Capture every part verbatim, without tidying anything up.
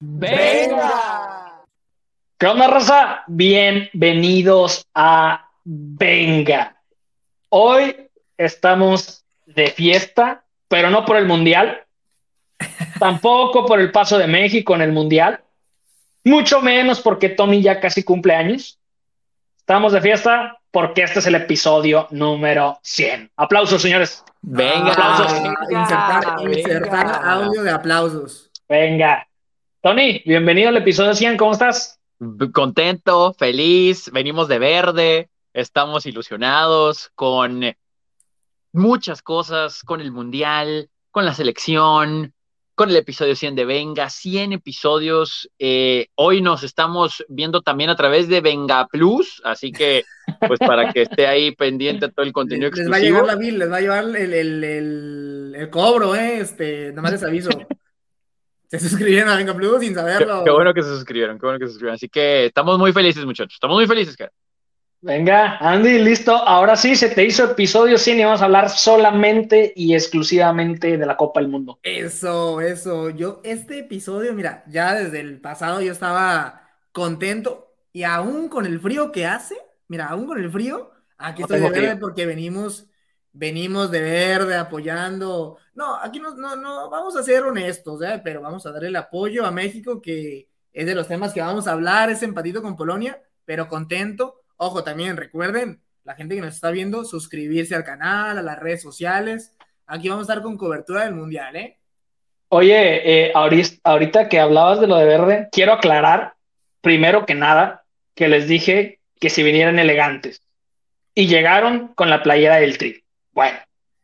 ¡Venga! ¿Qué onda, raza? Bienvenidos a Venga. Hoy estamos de fiesta, pero no por el Mundial, tampoco por el paso de México en el Mundial, mucho menos porque Tony ya casi cumple años. Estamos de fiesta porque este es el episodio número cien. Aplausos, señores. Venga, Aplausos. venga, insertar, venga. insertar audio de aplausos. Venga. Tony, bienvenido al episodio cien. ¿Cómo estás? Contento, feliz, venimos de verde, estamos ilusionados con muchas cosas, con el Mundial, con la selección, con el episodio cien de Venga, cien episodios. Eh, hoy nos estamos viendo también a través de Venga Plus, así que pues para que esté ahí pendiente todo el contenido Les, les exclusivo. va a llegar la bill, les va a llevar el, el, el, el cobro, ¿eh? Este, nada más les aviso. Se suscribieron a Venga Plus sin Qué, saberlo. qué bueno que se suscribieron, qué bueno que se suscribieron. Así que estamos muy felices, muchachos, estamos muy felices, cara. Venga, Andy, listo. Ahora sí, se te hizo episodio cien y vamos a hablar solamente y exclusivamente de la Copa del Mundo. Eso, eso. Yo, este episodio, mira, ya desde el pasado yo estaba contento y aún con el frío que hace, mira, aún con el frío, aquí No estoy de tengo verde frío. porque venimos, venimos de verde apoyando. No, aquí no, no, no, vamos a ser honestos, ¿eh? Pero vamos a darle el apoyo a México, que es de los temas que vamos a hablar, ese empatito con Polonia, pero contento. Ojo, también recuerden, la gente que nos está viendo, suscribirse al canal, a las redes sociales. Aquí vamos a estar con cobertura del Mundial, ¿eh? Oye, eh, ahorita, ahorita que hablabas de lo de verde, quiero aclarar, primero que nada, que les dije que si vinieran elegantes y llegaron con la playera del Tri. Bueno,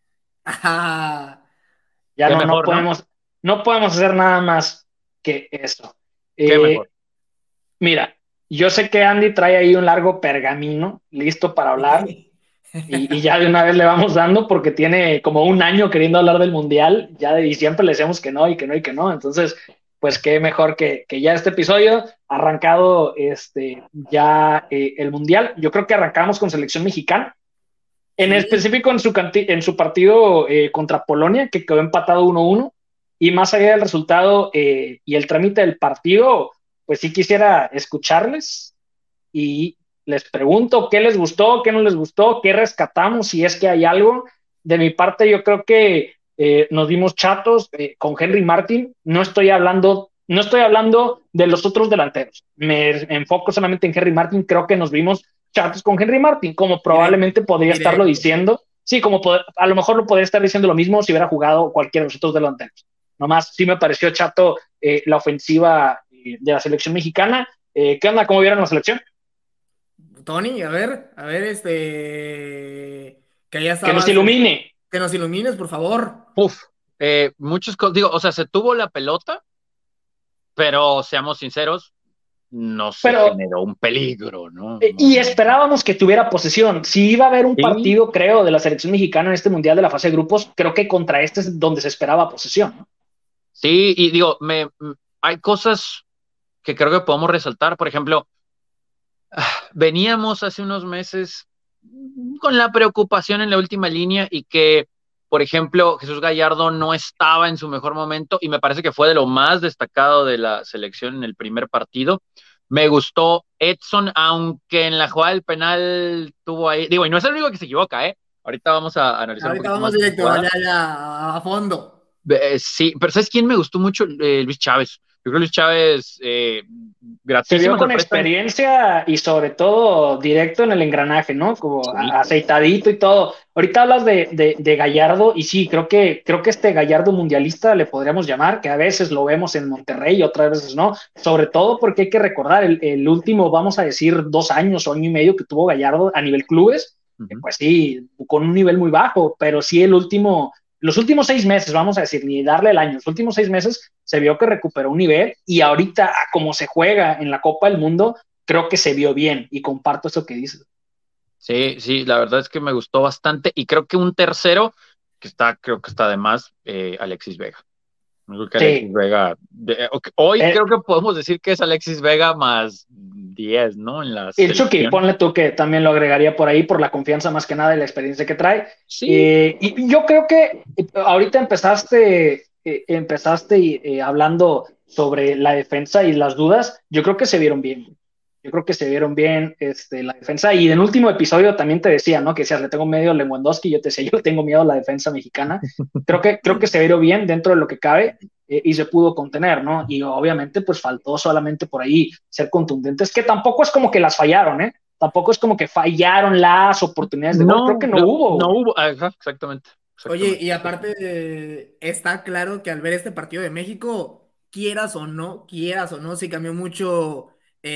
Ajá. ya Qué no, no mejor, ¿no? podemos, no podemos hacer nada más que eso. Qué Eh, mejor. Mira, yo sé que Andy trae ahí un largo pergamino listo para hablar. Y, y ya de una vez le vamos dando porque tiene como un año queriendo hablar del Mundial, ya de, y siempre le decíamos que no y que no y que no. Entonces, pues qué mejor que, que ya este episodio arrancado este, ya eh, el Mundial. Yo creo que arrancamos con selección mexicana, en Sí. específico en su, canti- en su partido eh, contra Polonia, que quedó empatado uno uno. Y más allá del resultado eh, y el trámite del partido, pues sí quisiera escucharles y les pregunto qué les gustó, qué no les gustó, qué rescatamos, si es que hay algo. De mi parte, yo creo que eh, nos vimos chatos eh, con Henry Martin. No estoy hablando, no estoy hablando de los otros delanteros. Me enfoco solamente en Henry Martin. Creo que nos vimos chatos con Henry Martin, como probablemente podría Directo. estarlo diciendo. Sí, como pod- a lo mejor lo podría estar diciendo lo mismo si hubiera jugado cualquiera de los otros delanteros. Nomás sí me pareció chato eh, la ofensiva eh, de la selección mexicana. Eh, ¿Qué onda? ¿Cómo vieron la selección? Tony, a ver, a ver, este. Que ya Que nos estabas. ilumine. Que nos ilumines, por favor. Uf, eh, muchos, co- digo, o sea, se tuvo la pelota, pero seamos sinceros, no se Pero, generó un peligro, ¿no? eh, No, y no. esperábamos que tuviera posesión. Si iba a haber un Sí, partido, creo, de la selección mexicana en este Mundial de la fase de grupos, creo que contra este es donde se esperaba posesión, ¿no? sí, y digo, me, m- hay cosas que creo que podemos resaltar. Por ejemplo, veníamos hace unos meses con la preocupación en la última línea y que, por ejemplo, Jesús Gallardo no estaba en su mejor momento y me parece que fue de lo más destacado de la selección en el primer partido. Me gustó Edson, aunque en la jugada del penal tuvo ahí, digo, y no es el único que se equivoca, ¿eh? Ahorita vamos a analizar Ahorita un poquito vamos más de la directo, jugada. ya, ya, a fondo. Eh, sí, pero ¿sabes quién me gustó mucho? Eh, Luis Chávez. Yo creo que Luis Chávez, eh, Se vio gratísima con sorpresa. experiencia y sobre todo directo en el engranaje, ¿no? Como Sí. a- aceitadito y todo. Ahorita hablas de, de, de Gallardo y sí, creo que, creo que este Gallardo mundialista le podríamos llamar, que a veces lo vemos en Monterrey y otras veces no. Sobre todo porque hay que recordar el, el último, vamos a decir, dos años o año y medio que tuvo Gallardo a nivel clubes, eh, Ujú. pues sí, con un nivel muy bajo, pero sí el último, los últimos seis meses, vamos a decir, ni darle el año, los últimos seis meses se vio que recuperó un nivel y ahorita, a como se juega en la Copa del Mundo, creo que se vio bien y comparto eso que dices. Sí, sí, la verdad es que me gustó bastante y creo que un tercero que está, creo que está de más, eh, Alexis Vega. Yo creo que Sí. Alexis Vega, de- ok, hoy Eh, creo que podemos decir que es Alexis Vega más diez, ¿no? En la el Chucky, selección. ponle tú que también lo agregaría por ahí por la confianza más que nada y la experiencia que trae. Sí, Eh, y yo creo que eh, ahorita empezaste, eh, empezaste eh, hablando sobre la defensa y las dudas, yo creo que se vieron bien. Yo creo que se vieron bien este, la defensa. Y en el último episodio también te decía, ¿no? Que decías, le tengo medio a Lewandowski. Yo te decía, yo tengo miedo a la defensa mexicana. Creo que, creo que se vieron bien dentro de lo que cabe eh, y se pudo contener, ¿no? Y obviamente, pues faltó solamente por ahí ser contundentes, que tampoco es como que las fallaron, ¿eh? Tampoco es como que fallaron las oportunidades de no, gol. Creo que no, no hubo. No hubo, ajá, exactamente, exactamente. Oye, y aparte, eh, está claro que al ver este partido de México, quieras o no, quieras o no, se cambió mucho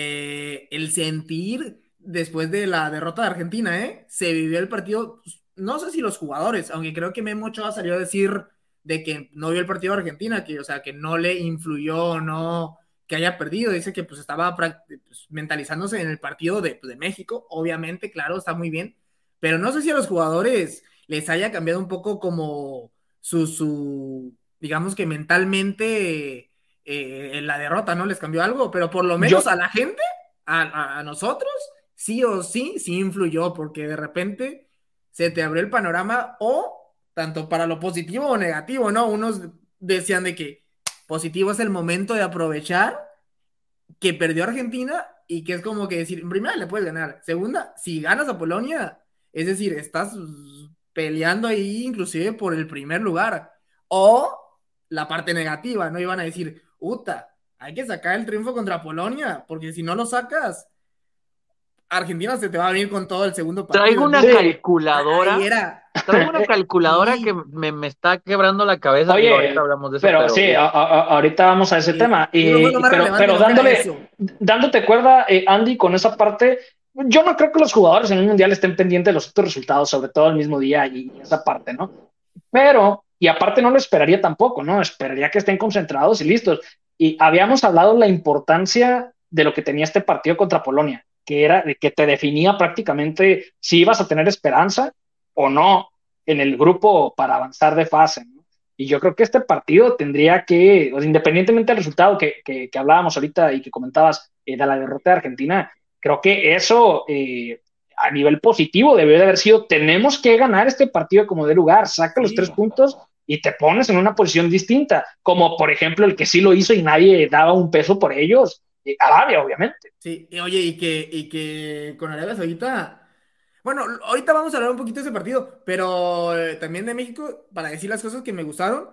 eh, el sentir después de la derrota de Argentina, ¿eh? Se vivió el partido, pues, no sé si los jugadores, aunque creo que Memo Ochoa salió a decir de que no vio el partido de Argentina, que, o sea, que no le influyó, no, que haya perdido, dice que pues estaba prac- pues, mentalizándose en el partido de, pues, de México, obviamente, claro, está muy bien, pero no sé si a los jugadores les haya cambiado un poco como su, su digamos que mentalmente eh, en la derrota, ¿no? Les cambió algo, pero por lo menos Yo, a la gente, a, a, a nosotros, sí o sí, sí influyó, porque de repente se te abrió el panorama o tanto para lo positivo o negativo, ¿no? Unos decían de que positivo es el momento de aprovechar que perdió Argentina y que es como que decir, en primera le puedes ganar, segunda, si ganas a Polonia, es decir, estás peleando ahí inclusive por el primer lugar, o la parte negativa, ¿no? Iban a decir, uta, hay que sacar el triunfo contra Polonia, porque si no lo sacas, Argentina se te va a venir con todo el segundo Traigo partido. una Entonces, sí. calculadora, ahí era, traigo una calculadora que sí, me, me está quebrando la cabeza. Digo, ahorita Oye, hablamos de eso, pero pero sí, uf, a, a, ahorita vamos a ese sí, tema. digo, fue lo Y, más pero, relevante, pero no que era dándole, eso. dándote cuerda, eh, Andy, con esa parte, yo no creo que los jugadores en un mundial estén pendientes de los otros resultados, sobre todo el mismo día y, y esa parte, ¿no? Pero, y aparte no lo esperaría tampoco, ¿no? Esperaría que estén concentrados y listos. Y habíamos hablado la importancia de lo que tenía este partido contra Polonia, que era de que te definía prácticamente si ibas a tener esperanza o no en el grupo para avanzar de fase, ¿no? Y yo creo que este partido tendría que, o sea, independientemente del resultado que, que, que, hablábamos ahorita y que comentabas eh, de la derrota de Argentina, creo que eso eh, a nivel positivo debió de haber sido, tenemos que ganar este partido como de lugar, saca los tres Sí. puntos y te pones en una posición distinta, como por ejemplo el que sí lo hizo y nadie daba un peso por ellos, eh, Arabia, obviamente. Sí, y oye, y que, y que con Arabia Saudita, bueno, ahorita vamos a hablar un poquito de ese partido, pero eh, también de México, para decir las cosas que me gustaron,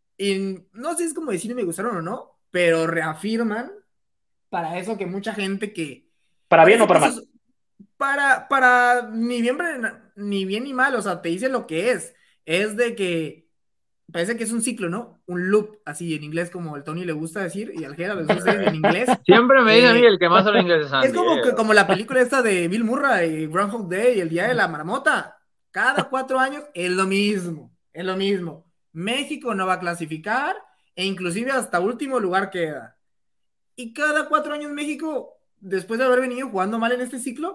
y no sé si es como decir si me gustaron o no, pero reafirman para eso que mucha gente que Para bien o parece que para eso mal. es para, para ni bien, ni bien ni mal, o sea, te dice lo que es, es de que parece que es un ciclo, ¿no? Un loop, así en inglés, como el Tony le gusta decir, y al Jera le gusta decir en inglés. siempre me dice a mí el Eh, que más habla inglés es es Andy. como, Eh. que, como la película esta de Bill Murray, Groundhog Day, El Día de la Marmota. Cada cuatro años es lo mismo, es lo mismo. México no va a clasificar e inclusive hasta último lugar queda. Y cada cuatro años México, después de haber venido jugando mal en este ciclo,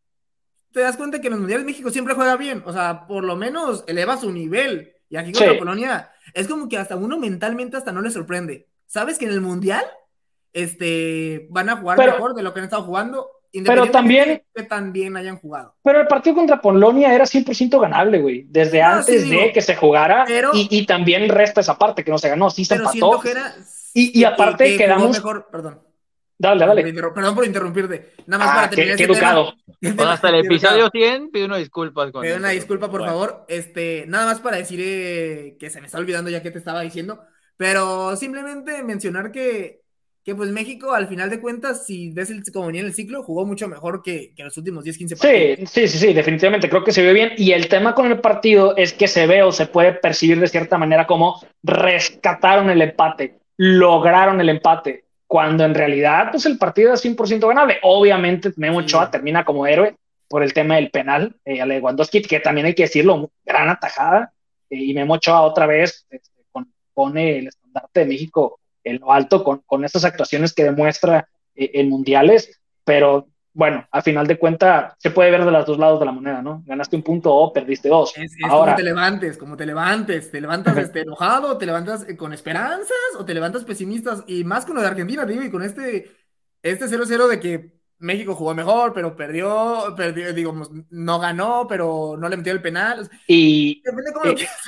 te das cuenta que en los mundiales México siempre juega bien, o sea, por lo menos eleva su nivel. Y aquí contra Sí, Polonia es como que hasta uno mentalmente hasta no le sorprende. ¿Sabes que en el mundial este, van a jugar pero, mejor de lo que han estado jugando, pero independientemente también de que tan bien hayan jugado? Pero el partido contra Polonia era cien por ciento ganable, güey, desde No, sí antes de que digo, se jugara y, pero, y también resta esa parte que no se ganó, sí se pero siento empató que era y, y que, que, aparte que jugó quedamos, mejor, perdón. dale, Perdón por, dale, interrum- perdón por interrumpirte. Nada más para ah, terminar qué, qué este tema. educado, Este O sea, tema, hasta el qué episodio educado. cien pido una disculpa con Pido una interrumpir, disculpa, pero por bueno. favor. Este, nada más para decir eh, que se me está olvidando ya que te estaba diciendo, pero simplemente mencionar que, que pues México, al final de cuentas, si ves el, como venía en el ciclo, jugó mucho mejor que, que los últimos diez quince sí, partidos. sí, sí, sí, definitivamente creo que se vio bien y el tema con el partido es que se ve o se puede percibir de cierta manera como rescataron el empate, lograron el empate, cuando en realidad pues el partido es cien por ciento ganable, obviamente Memo Ochoa Sí, termina como héroe por el tema del penal, eh, a Lewandowski, que también hay que decirlo, gran atajada, eh, y Memo Ochoa otra vez este, con, pone el estandarte de México en lo alto con, con estas actuaciones que demuestra eh, en mundiales, pero bueno, a final de cuentas se puede ver de los dos lados de la moneda, ¿no? Ganaste un punto o perdiste dos. es, es como te Ahora, levantes, como te levantes, te levantas este, enojado, te levantas eh, con esperanzas o te levantas pesimistas, y más con lo de Argentina, digo, y con este, este cero cero de que México jugó mejor, pero perdió, perdió, digamos, no ganó, pero no le metió el penal. y Depende cómo lo eh, quieras.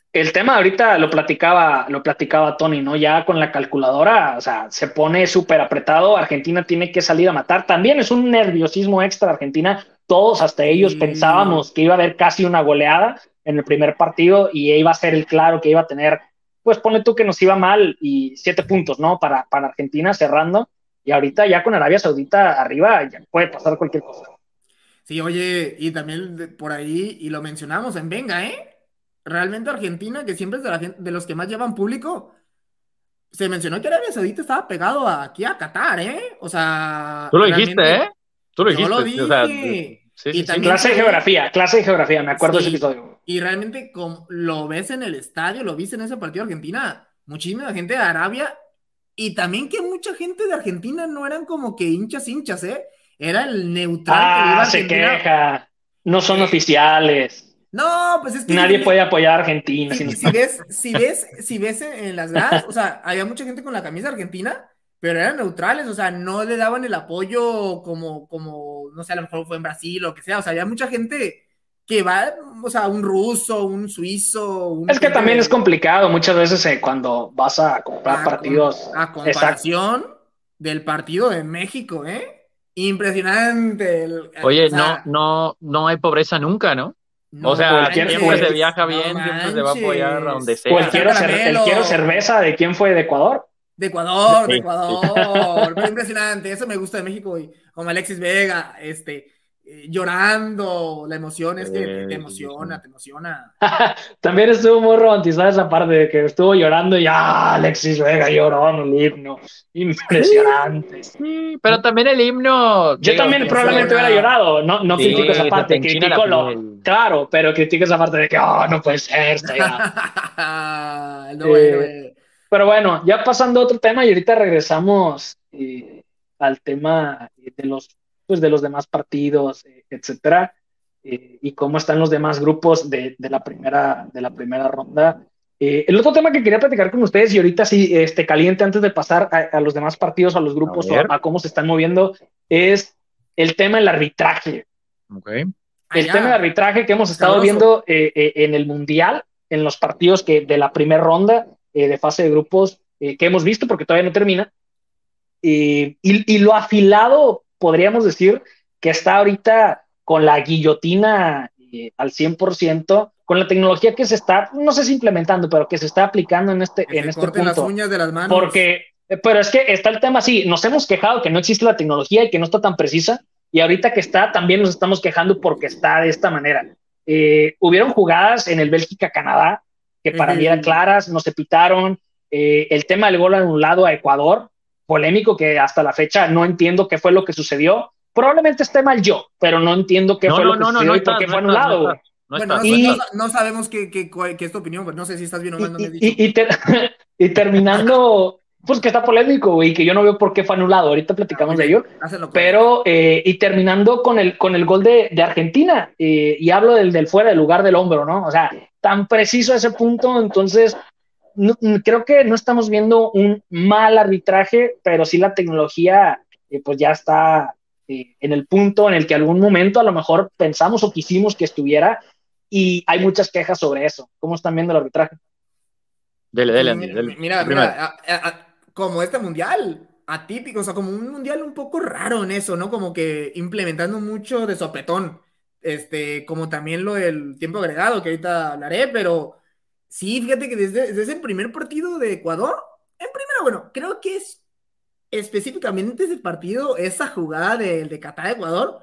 El tema ahorita lo platicaba, lo platicaba Tony, ¿no? Ya con la calculadora, o sea, se pone súper apretado. Argentina tiene que salir a matar. También es un nerviosismo extra Argentina. Todos, hasta ellos, Y pensábamos que iba a haber casi una goleada en el primer partido y iba a ser el claro que iba a tener, pues ponle tú que nos iba mal y siete puntos, ¿no? Para, para Argentina cerrando. Y ahorita ya con Arabia Saudita arriba ya puede pasar cualquier cosa. sí, oye, y también de- por ahí, y lo mencionamos en Venga, ¿eh? Realmente Argentina, que siempre es de, la gen- de los que más llevan público, se mencionó que Arabia Saudita estaba pegado a- aquí a Qatar, ¿eh? O sea, Tú lo dijiste, ¿eh? realmente Tú lo yo lo dijiste. O sea, dije. sí, Y sí, sí. también Clase se de ve, geografía, clase de geografía, me acuerdo de ese sí, episodio. y realmente como lo ves en el estadio, lo viste en ese partido de Argentina, muchísima gente de Arabia, y también que mucha gente de Argentina no eran como que hinchas hinchas, ¿eh? Era el neutral que le iba Ah, a se Argentina. queja. No son eh, oficiales. no, pues es que Nadie mi- puede apoyar a Argentina. si, Sino... si ves, si ves, si ves en, en las gradas, o sea, había mucha gente con la camisa argentina, pero eran neutrales, o sea, no le daban el apoyo como, como, no sé, a lo mejor fue en Brasil o lo que sea, o sea, había mucha gente que va, o sea, un ruso, un suizo, un Es que gente también es de, complicado muchas veces eh, cuando vas a comprar a, com- partidos. a Exacto. comparación del partido de México, ¿eh? Impresionante, el- eh, o Oye, no, sea, no, no hay pobreza nunca, ¿no? O no sea, Cualquier, siempre se cual- manches, viaja no bien, siempre se va a apoyar a donde manches, o el sea. está el quiero, cer- el quiero caramelo. cerveza de quién fue de Ecuador. De Ecuador, de Sí, sí. Ecuador, pero impresionante, eso me gusta de México, y como Alexis Vega, este, eh, llorando, la emoción es que te, te Eh, sí, sí, sí. emociona, te emociona. También estuvo muy romantizada esa parte de que estuvo llorando y ah, Alexis Vega lloró en el himno. Impresionante. Sí, pero también el himno, Yo digo, también te, te- probablemente hubiera Emociona. llorado. No, no critico esa sí, se te parte, enchina la critico lo. piel. Claro, pero critico esa parte de que oh, no puede ser, está llorando. El nuevo Eh, héroe. Pero bueno, ya pasando a otro tema y ahorita regresamos eh, al tema de los, pues, de los demás partidos, eh, etcétera, eh, y cómo están los demás grupos de, de la primera, de la primera ronda. Eh, el otro tema que quería platicar con ustedes y ahorita sí, este, caliente antes de pasar a, a los demás partidos, a los A grupos o a, ver, a cómo se están moviendo, es el tema del arbitraje. ok. Ah, El tema del ya, arbitraje que hemos estado sabroso. viendo eh, eh, en el Mundial, en los partidos que, de la primera ronda eh, de fase de grupos eh, que hemos visto, porque todavía no termina, eh, y, y lo afilado, podríamos decir, que está ahorita con la guillotina eh, al cien por ciento, con la tecnología que se está, no sé si implementando, pero que se está aplicando en este, Que en te este corten las punto. uñas de las manos. Porque, pero es que está el tema así, nos hemos quejado que no existe la tecnología y que no está tan precisa, y ahorita que está, también nos estamos quejando porque está de esta manera. Eh, hubieron jugadas en el Bélgica-Canadá que para mí eran Ey, claras, no se pitaron. Eh, el tema del gol anulado a Ecuador, polémico, que hasta la fecha no entiendo qué fue lo que sucedió. Probablemente esté mal yo, pero no entiendo qué No, fue no, lo que no, no, sucedió no y por estás, qué no fue estás, no anulado, estás, güey. no bueno, estás, no, no sa- no, estás. Y, sa- no sabemos qué, qué, cuál- qué es tu opinión, pero no sé si estás bien o y, mal, no me has y, dicho. y, ter y terminando, pues que está polémico, güey, que yo no veo por qué fue anulado. Ahorita Ah, muy platicamos de ello. bien, hazlo claro. Pero, eh, y terminando con el, con el gol de, de Argentina, eh, y hablo del, del fuera del lugar del hombro, ¿no? O sea, tan preciso ese punto, entonces no, creo que no estamos viendo un mal arbitraje, pero sí la tecnología, eh, pues ya está eh, en el punto en el que algún momento a lo mejor pensamos o quisimos que estuviera, y hay muchas quejas sobre eso. ¿Cómo están viendo el arbitraje? Dele, Pues dele, mi- Andy, dele. mi- mira, Tú primero. mira, a- a- a- como este mundial, atípico, o sea, como un mundial un poco raro en eso, ¿no? Como que implementando mucho de sopetón, este, como también lo del tiempo agregado, que ahorita hablaré, pero sí, fíjate que desde, desde el primer partido de Ecuador, en primero, bueno, creo que es específicamente ese partido, esa jugada del de Qatar-Ecuador,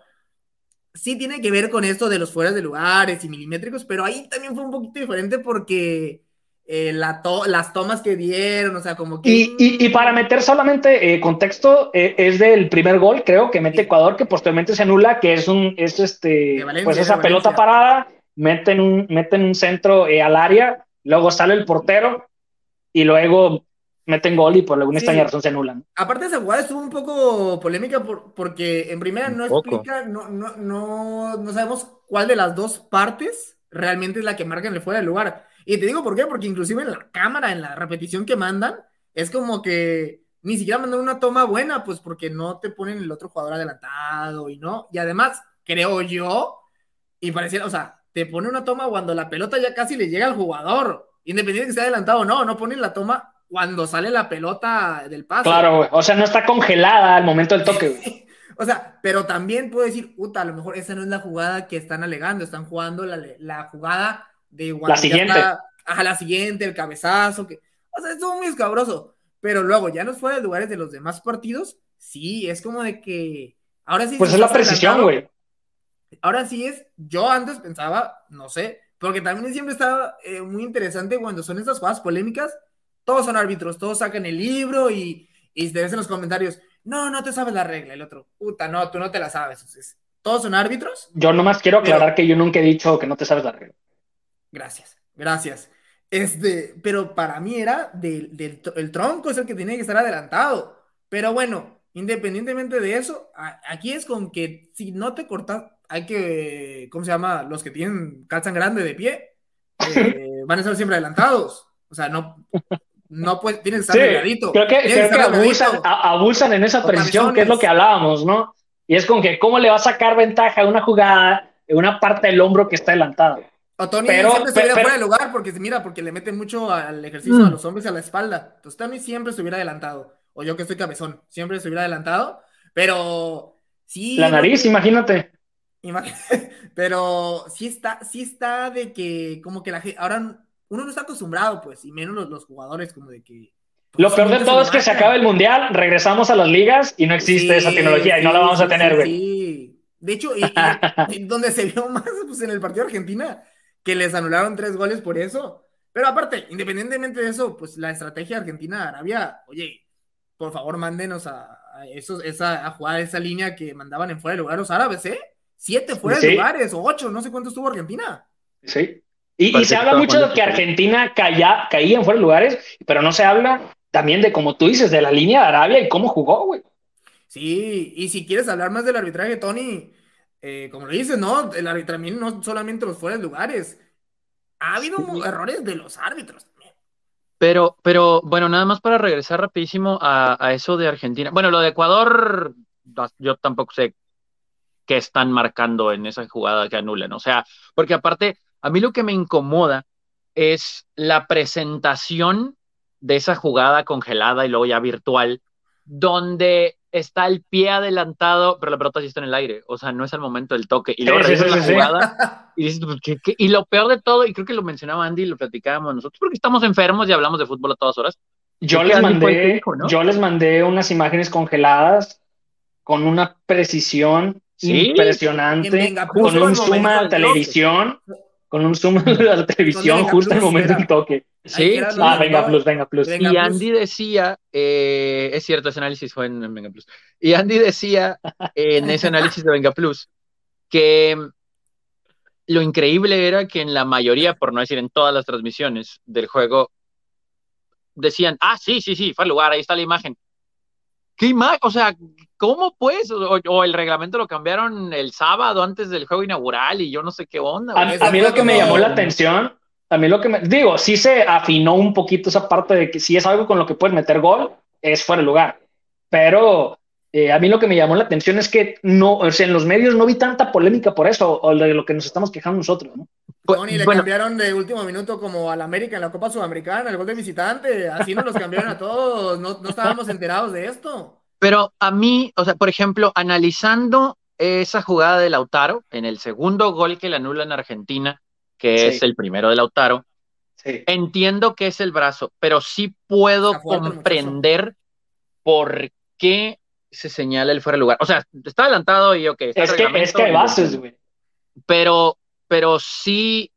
sí tiene que ver con esto de los fueras de lugares y milimétricos, pero ahí también fue un poquito diferente porque eh, la to las tomas que dieron, o sea, como que... Y, y, y para Mmm, meter solamente eh, contexto, eh, es del primer gol, creo, que mete sí, Ecuador, que posteriormente se anula, que es un, es de este, pues Valencia, es de esa pelota Valencia. parada, meten un, meten un centro eh, al área, luego sale el portero y luego meten gol y por alguna extraña Sí, razón se anulan. aparte esa jugada estuvo un poco polémica por, porque en primera Un no poco. explica, no, no, no, no sabemos cuál de las dos partes realmente es la que marca en el fuera del lugar. Y te digo por qué, porque inclusive en la cámara, en la repetición que mandan, es como que ni siquiera mandan una toma buena, pues porque no te ponen el otro jugador adelantado y no. Y además, creo yo, y pareciera, o sea, te pone una toma cuando la pelota ya casi le llega al jugador. Independiente de que esté adelantado o no, no ponen la toma cuando sale la pelota del pase. Claro, güey. O sea, no está congelada al momento del toque, güey. O sea, pero también puedo decir, puta, a lo mejor esa no es la jugada que están alegando, están jugando la, la jugada de cuando la siguiente. Ya está, ajá, la siguiente, el cabezazo, que, o sea, estuvo muy escabroso. Pero luego, ya nos fuera de lugares de los demás partidos, sí, es como de que, ahora sí. Pues es la precisión, güey. Ahora sí es, yo antes pensaba, no sé, porque también siempre estaba eh, muy interesante cuando son estas jugadas polémicas, todos son árbitros, todos sacan el libro y, y te ves en los comentarios, no, no te sabes la regla, el otro, puta, no, tú no te la sabes. Entonces, todos son árbitros. Yo nomás quiero aclarar pero, que yo nunca he dicho que no te sabes la regla. Gracias, gracias. Este, pero para mí era del, del el tronco es el que tenía que estar adelantado. Pero bueno, independientemente de eso, a, aquí es con que si no te cortas, hay que, ¿cómo se llama? Los que tienen calzan grande de pie, eh, van a estar siempre adelantados. O sea, no, no puedes, tienes que estar sí, delgadito. Creo que, creo que abusan, a, abusan en esa precisión, que es lo que hablábamos, ¿no? Y es con que cómo le va a sacar ventaja a una jugada en una parte del hombro que está adelantado. O Tony pero, siempre estuviera pero, fuera de lugar porque mira, porque le mete mucho al ejercicio mm. a los hombres a la espalda. Entonces Tony siempre estuviera adelantado. O yo que estoy cabezón, siempre estuviera adelantado. Pero sí. La nariz, no, imagínate. Imagínate. Pero sí está, sí está de que como que la gente, ahora uno no está acostumbrado, pues, y menos los, los jugadores, como de que. Pues, lo peor de todo es que se acaba el mundial, regresamos a las ligas y no existe sí, esa tecnología sí, y no la vamos sí, a tener, güey. Sí, sí. De hecho, y, y, donde se vio más, pues en el partido de Argentina, que les anularon tres goles por eso. Pero aparte, independientemente de eso, pues la estrategia Argentina-Arabia, oye, por favor, mándenos a, a, esos, esa, a jugar esa línea que mandaban en fuera de lugar los árabes, ¿eh? Siete fuera sí. de lugares, o ocho, no sé cuánto estuvo Argentina. Sí. Y, y se habla mucho de que Argentina caía, caía en fuera de lugares, pero no se habla también de, como tú dices, de la línea de Arabia y cómo jugó, güey. Sí, y si quieres hablar más del arbitraje, Tony, eh, como lo dices, ¿no? El arbitraje no solamente los fuera de lugares. Ha habido sí. errores de los árbitros también. Pero, pero, bueno, nada más para regresar rapidísimo a, a eso de Argentina. Bueno, lo de Ecuador, yo tampoco sé qué están marcando en esa jugada que anulan. O sea, porque aparte, a mí lo que me incomoda es la presentación de esa jugada congelada y luego ya virtual, donde está el pie adelantado, pero la pelota sí está en el aire, o sea, no es el momento del toque, y luego sí, revisas sí, sí, la jugada, sí. y dices, ¿qué, qué? Y lo peor de todo, y creo que lo mencionaba Andy, y lo platicábamos nosotros, porque estamos enfermos y hablamos de fútbol a todas horas. Yo les mandé, dijo, ¿no? yo les mandé unas imágenes congeladas con una precisión ¿Sí? impresionante, con un zoom a la televisión, con un zoom a la televisión justo en el momento del toque. Sí, sí. Ah, Venga Plus, Venga Plus. Venga y Andy Plus. decía, eh, es cierto, ese análisis fue en, en Venga Plus. Y Andy decía eh, en ese análisis de Venga Plus que lo increíble era que en la mayoría, por no decir en todas las transmisiones del juego, decían, ah, sí, sí, sí, fue al lugar, ahí está la imagen. ¿Qué imagen? O sea, ¿cómo pues? O, o el reglamento lo cambiaron el sábado antes del juego inaugural y yo no sé qué onda. A, a mí lo que me llamó la atención, a mí lo que me, digo, sí se afinó un poquito esa parte de que si es algo con lo que puedes meter gol, es fuera de lugar. Pero eh, a mí lo que me llamó la atención es que no, o sea, en los medios no vi tanta polémica por eso, o de lo que nos estamos quejando nosotros, ¿no? Tony, le bueno, cambiaron de último minuto como al América en la Copa Sudamericana, el gol de visitante, así nos los cambiaron a todos, no, no estábamos enterados de esto. Pero a mí, o sea, por ejemplo, analizando esa jugada de Lautaro, en el segundo gol que le anulan a Argentina, que sí. es el primero de Lautaro, sí. entiendo que es el brazo, pero sí puedo comprender por qué se señala el fuera de lugar. O sea, está adelantado y ok. Está es, que, es que hay bases, güey. Pero, pero sí,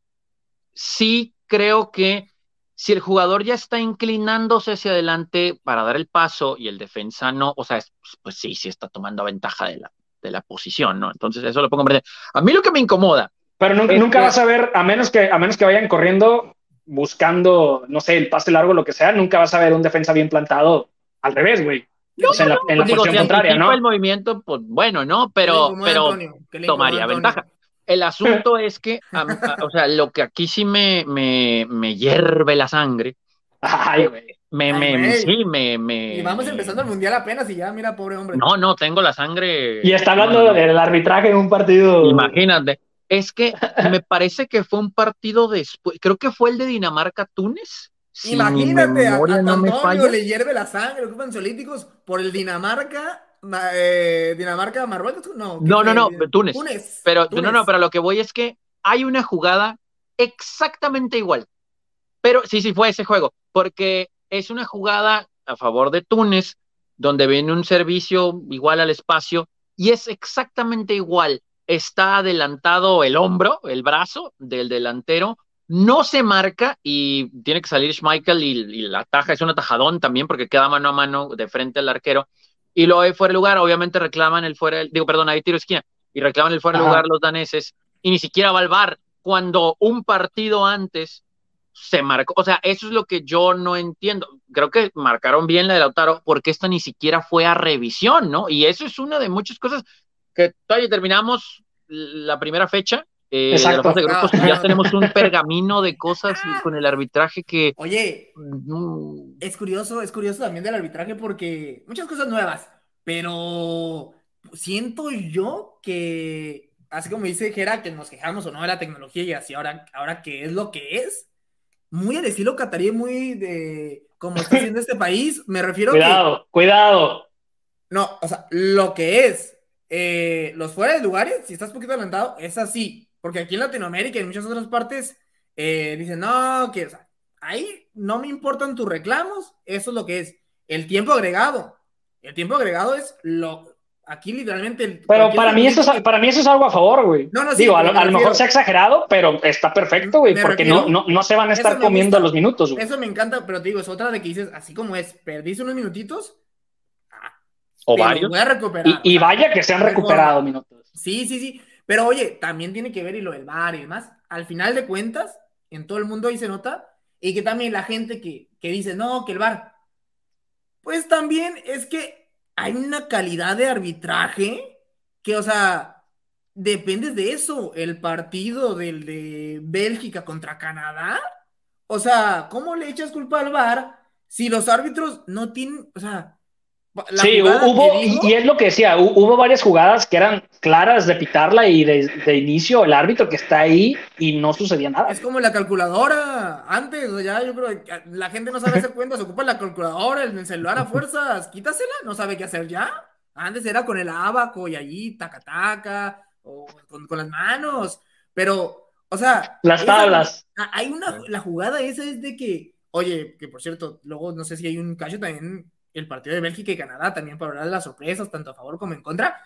sí creo que si el jugador ya está inclinándose hacia adelante para dar el paso y el defensa no, o sea, pues sí, sí está tomando ventaja de la, de la posición, ¿no? Entonces eso lo pongo en verdad. A mí lo que me incomoda. Pero nunca, es nunca que... vas a ver, a menos que, a menos que vayan corriendo buscando, no sé, el pase largo, lo que sea, nunca vas a ver un defensa bien plantado al revés, güey. No, o sea, en la, en la digo, posición si contraria, ¿no? El movimiento, pues bueno, ¿no? Pero, pero Antonio, tomaría ventaja. El asunto es que, a, a, o sea, lo que aquí sí me, me, me hierve la sangre. Ay, güey. Me, me, me, sí, me, me. Y vamos empezando el mundial apenas y ya, mira, pobre hombre. No, no, tengo la sangre. Y está hablando no, no. del arbitraje en un partido. Imagínate. Es que me parece que fue un partido después, creo que fue el de Dinamarca-Túnez, si mi Imagínate, a, memoria a tu no me Antonio falla. le hierve la sangre, ocupan ansiolíticos por el Dinamarca, ma- eh, Dinamarca, Marruecos, no, ¿qué No, no, fue? no, Túnez. Túnez, Pero no, no, Túnez. pero lo que voy es que hay una jugada exactamente igual. Pero sí, sí fue ese juego, porque es una jugada a favor de Túnez, donde viene un servicio igual al espacio, y es exactamente igual. Está adelantado el hombro, el brazo del delantero, no se marca y tiene que salir Schmeichel y, y la taja, es un atajadón también porque queda mano a mano de frente al arquero. Y luego hay fuera de lugar, obviamente reclaman el fuera, digo, perdón, hay tiro de esquina, y reclaman el fuera de lugar Ajá. los daneses, y ni siquiera va al V A R, cuando un partido antes se marcó, o sea, eso es lo que yo no entiendo. Creo que marcaron bien la de Lautaro porque esta ni siquiera fue a revisión, ¿no? Y eso es una de muchas cosas que todavía terminamos la primera fecha eh, de la fase Exacto. de grupos y ya tenemos un pergamino de cosas con el arbitraje que... Oye, mm, es curioso, es curioso también del arbitraje porque muchas cosas nuevas, pero siento yo que, así como dice Jera, que nos quejamos o no de la tecnología y así ahora, ahora que es lo que es, muy al estilo catarí, muy de como está haciendo este país, me refiero a que, Cuidado, cuidado. no, o sea, lo que es, eh, los fuera de lugares, si estás poquito adelantado, es así, porque aquí en Latinoamérica y en muchas otras partes eh, dicen, no, que, o sea, ahí no me importan tus reclamos, eso es lo que es. El tiempo agregado, el tiempo agregado es lo, aquí literalmente el- Pero cualquier para mí eso futbolista es, que, para mí eso es algo a favor, güey. no, no, sí, Digo, a pero lo, me a lo mejor se ha refiero, exagerado, pero está perfecto, güey, me porque no, refiero, no, no se van a eso estar me comiendo los gusta, minutos, güey. eso me encanta, pero te digo, es otra de que dices, así como es, perdiste unos minutitos, ah, o te los varios. voy a Y, recuperar, o y sea, vaya que se han no hay recuperado forma. minutos. Sí, sí, sí. Pero oye, también tiene que ver y lo del V A R y demás. Al final de cuentas, en todo el mundo ahí se nota. Y que también la gente que, que dice, no, que el V A R. Pues también es que hay una calidad de arbitraje que, o sea, dependes de eso. El partido del de Bélgica contra Canadá. O sea, ¿cómo le echas culpa al V A R si los árbitros no tienen, o sea, la Sí, hu- jugada que hubo, y, y digo, es lo que decía, hu- hubo varias jugadas que eran claras de pitarla y de, de inicio el árbitro que está ahí y no sucedía nada, es güey. como la calculadora antes, o ya yo creo que la gente no sabe hacer cuentas, se ocupa la calculadora, el celular a fuerzas, quítasela, no sabe qué hacer ya. Antes era con el abaco y allí, taca taca, o con, con las manos, pero, o sea, Las esa, tablas. hay una, la jugada esa es de que, oye, que por cierto, luego no sé si hay un cacho también, el partido de Bélgica y Canadá, también para hablar de las sorpresas, tanto a favor como en contra.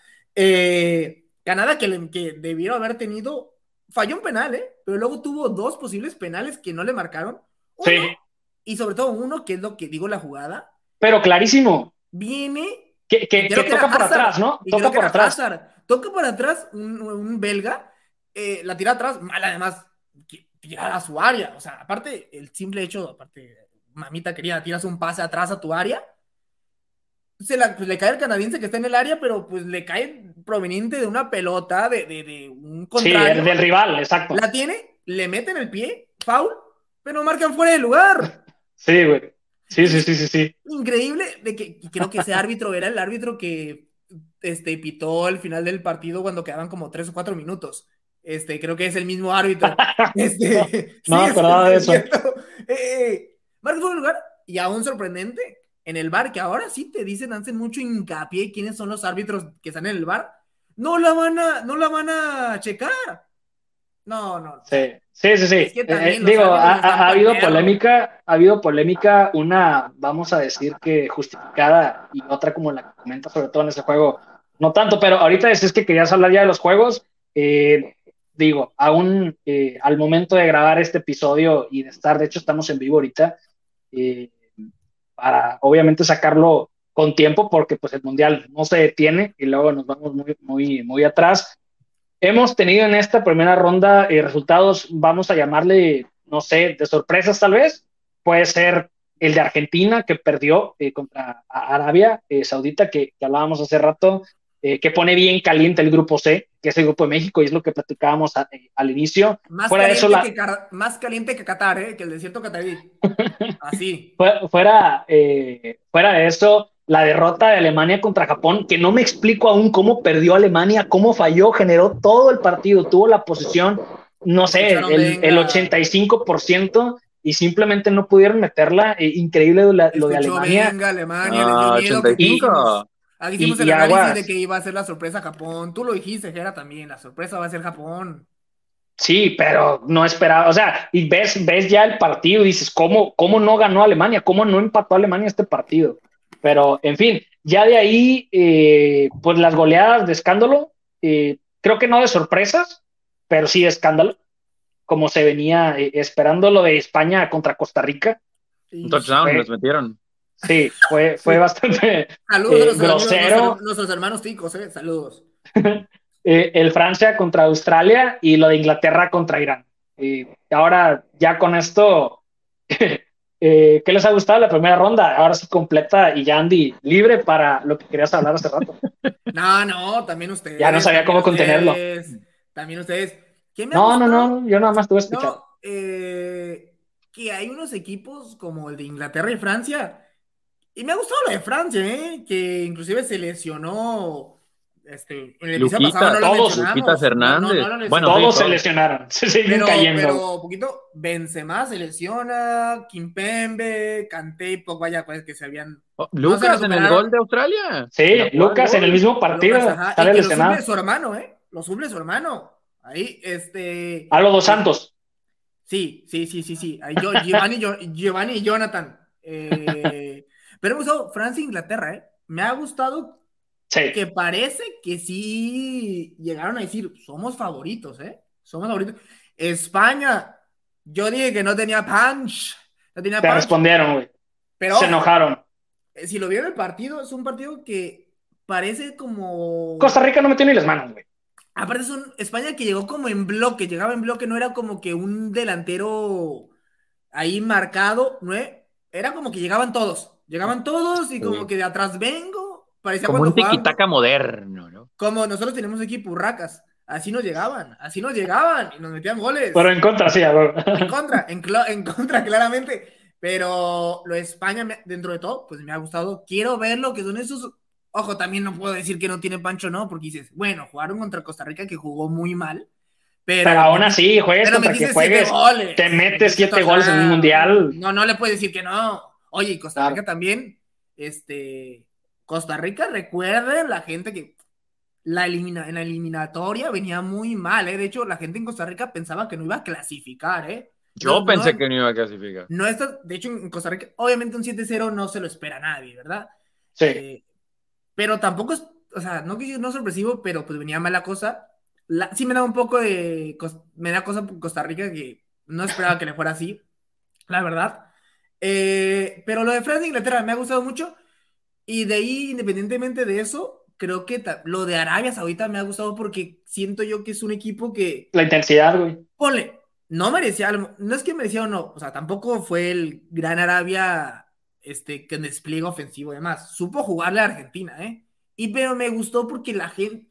Eh, Canadá que, le, que debió haber tenido falló un penal, ¿eh? Pero luego tuvo dos posibles penales que no le marcaron. Uno, Sí, y sobre todo uno, que es lo que digo la jugada, pero clarísimo. viene, Que, y que, que creo que era toca por Hazard, atrás, ¿no? y creo Toca que por era atrás. Hazard, toca por atrás un, un belga, eh, la tira atrás, mal además, que tira a su área, o sea, aparte, el simple hecho, aparte, mamita querida, tiras un pase atrás a tu área, se la, pues le cae el canadiense que está en el área, pero pues le cae proveniente de una pelota de, de, de un Sí, el contrario, del rival, exacto. la tiene, le meten el pie, foul, pero marcan fuera de lugar. Sí, güey. Sí, sí, Es sí, sí, sí. increíble de que y creo que ese árbitro era el árbitro que este, pitó el final del partido cuando quedaban como tres o cuatro minutos. Este, creo que es el mismo árbitro. No, Este, no sí, me es, acordaba de es eso. cierto. Eh, marca fuera de lugar y aún sorprendente en el V A R, que ahora sí te dicen, hacen mucho hincapié quiénes son los árbitros que están en el V A R. No la van a, no la van a checar. No, no, o sea, Sí, sí, sí, sí. es Eh, que eh, también los digo, ha, árbitros ha- están ha para habido perro. polémica, ha habido polémica, una, vamos a decir que justificada y otra como la que comenta sobre todo en ese juego, no tanto, pero ahorita decís que querías hablar ya de los juegos. eh, digo, aún eh, al momento de grabar este episodio y de estar, de hecho estamos en vivo ahorita, eh, para obviamente sacarlo con tiempo porque pues el mundial no se detiene y luego nos vamos muy, muy, muy atrás. Hemos tenido en esta primera ronda eh, resultados, vamos a llamarle, no sé, de sorpresas tal vez. Puede ser el de Argentina que perdió eh, contra Arabia eh, Saudita, que, que hablábamos hace rato, eh, que pone bien caliente el grupo C, que es el grupo de México, y es lo que platicábamos a, eh, al inicio. Más Fuera de eso, caliente la, que, más caliente que Qatar, ¿eh? Que el desierto catarí. Así. fuera, eh, fuera de eso, la derrota de Alemania contra Japón, que no me explico aún cómo perdió Alemania, cómo falló, generó todo el partido, tuvo la posición, no sé, Escucharon, el, el venga. ochenta y cinco por ciento y simplemente no pudieron meterla. Eh, increíble lo, lo de Escuchó, Alemania. venga, Alemania, les dio Ah, miedo que ochenta y cinco. dijimos. Aquí hicimos Y, el y análisis aguas. de que iba a ser la sorpresa Japón. Tú lo dijiste, Jera, también. La sorpresa va a ser Japón. Sí, pero no esperaba, o sea, y ves, ves ya el partido y dices, ¿cómo, ¿cómo no ganó Alemania? ¿Cómo no empató Alemania este partido? Pero, en fin, ya de ahí, eh, pues las goleadas de escándalo, eh, creo que no de sorpresas, pero sí de escándalo, como se venía eh, esperando lo de España contra Costa Rica. Un Y, touchdown les Fue, metieron. sí, fue, fue sí. bastante Saludos a eh, nuestros amigos, nuestros, grosero. nuestros hermanos ticos, eh. Saludos. Eh, el Francia contra Australia y lo de Inglaterra contra Irán. Y ahora ya con esto, eh, ¿qué les ha gustado la primera ronda? Ahora sí completa y ya Andy libre para lo que querías hablar hace rato. No, no, también Ya no ustedes, sabía también cómo contenerlo. ustedes, también ustedes. ¿Qué me ha No, no, gustado? no, yo nada más te voy a escuchar. No, eh, que hay unos equipos como el de Inglaterra y Francia. Y me ha gustado lo de Francia, ¿eh? Que inclusive se lesionó. Este, en el episodio pasado no Luquitas, lo Todos, Luquitas mencionamos. No, no, no Hernández. lo Bueno, sí, todos mencionamos. se todos. lesionaron, se siguen Pero, cayendo. pero, poquito, Benzema se lesiona, Kimpembe, Kanté y Pogba ya pues, que se habían. Oh, No se Lucas en el gol recuperaron. de Australia. En la Sí, jugada del Lucas en el gol. mismo Lucas, partido ajá. Y sale que lo suple lesionado. su hermano, ¿eh? Lo suple su hermano. Ahí, A este. los dos eh, Santos. Sí, sí, sí, sí, sí. Ahí yo, Giovanni, yo- Giovanni y Jonathan. Eh, pero me ha gustado Francia e Inglaterra, ¿eh? Me ha gustado Sí. que parece que sí llegaron a decir, somos favoritos, ¿eh? Somos favoritos. España, yo dije que no tenía punch, no tenía Te punch, respondieron, güey. pero Se ojo, enojaron. eh, si lo vieron el partido, es un partido que parece Costa como. Rica no metió ni las manos, güey. Aparte es un España que llegó como en bloque, llegaba en bloque, no era como que un delantero ahí marcado, ¿no? Era como que llegaban todos, llegaban todos y como Sí. que de atrás vengo, parecía Como cuando un jugaban, tiquitaca moderno, ¿no? como nosotros tenemos equipo Urracas, así nos llegaban, así nos llegaban y nos metían Pero goles, en contra, sí, güey. en contra, en, cl- en contra claramente, pero lo de España me- dentro de todo, pues me ha gustado, quiero ver lo que son esos, ojo, también no puedo decir que no tiene Pancho, no, porque dices, bueno, jugaron contra Costa Rica que jugó muy mal, Pero pero aún metiste, así, juegues pero contra que metiste siete juegues, te goles. metes Metiste, siete o goles en un sea, mundial. no, no le puedes decir que no. Oye, y Costa Claro. Rica también, este, Costa Rica, recuerden la gente que la elimina, en la eliminatoria venía muy mal, ¿eh? De hecho, la gente en Costa Rica pensaba que no iba a clasificar, ¿eh? No, Yo pensé no, que no iba a clasificar. no está, de hecho, en Costa Rica, obviamente un siete cero no se lo espera nadie, ¿verdad? Sí. Eh, pero tampoco es, o sea, no que no sorpresivo, pero pues venía mala cosa. La, sí me da un poco de, me da cosa por Costa Rica que no esperaba que le fuera así, la verdad. Eh, pero lo de Francia e Inglaterra me ha gustado mucho y de ahí, independientemente de eso, creo que lo de Arabia Saudita me ha gustado porque siento yo que es un equipo que, La intensidad, güey. ponle, no merecía, no es que merecía o no, o sea, tampoco fue el gran Arabia este, que despliega ofensivo y demás. Supo jugarle a Argentina, ¿eh? Y pero me gustó porque la gente.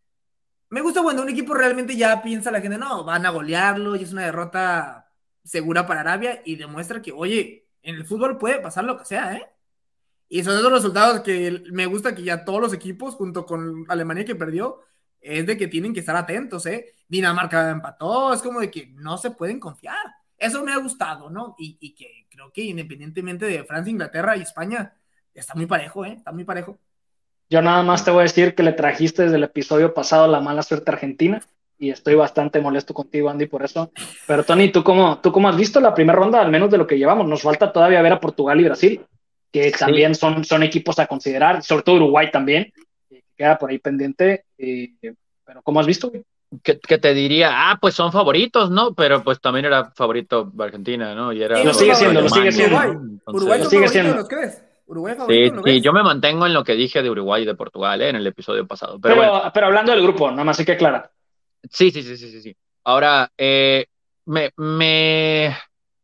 Me gusta cuando un equipo realmente ya piensa la gente, no, van a golearlo y es una derrota segura para Arabia y demuestra que, oye, en el fútbol puede pasar lo que sea, ¿eh? Y son esos resultados que me gusta que ya todos los equipos, junto con Alemania que perdió, es de que tienen que estar atentos, ¿eh? Dinamarca empató, es como de que no se pueden confiar. Eso me ha gustado, ¿no? Y, y que creo que independientemente de Francia, Inglaterra y España, está muy parejo, ¿eh? Está muy parejo. Yo nada más te voy a decir que le trajiste desde el episodio pasado la mala suerte a Argentina y estoy bastante molesto contigo, Andy, por eso. Pero Tony, ¿tú cómo, tú cómo has visto la primera ronda, al menos de lo que llevamos? Nos falta todavía ver a Portugal y Brasil, que también Sí. son, son equipos a considerar, sobre todo Uruguay también, que queda por ahí pendiente. Eh, pero ¿cómo has visto, güey? Que, que te diría, ah, pues son favoritos, ¿no? Pero pues también era favorito Argentina, ¿no? Y era Lo sigue siendo, lo sigue siendo. Uruguay. ¿no? Entonces, Uruguay Lo son sigue favoritos, siendo. ¿los crees? Uruguay sí, favorito, ¿lo sí, ves? yo me mantengo en lo que dije de Uruguay y de Portugal, ¿eh? En el episodio pasado. Pero, Pero, bueno, pero hablando del grupo, nada más hay que aclarar. sí, sí, sí, sí, sí, sí. Ahora, eh, me, me...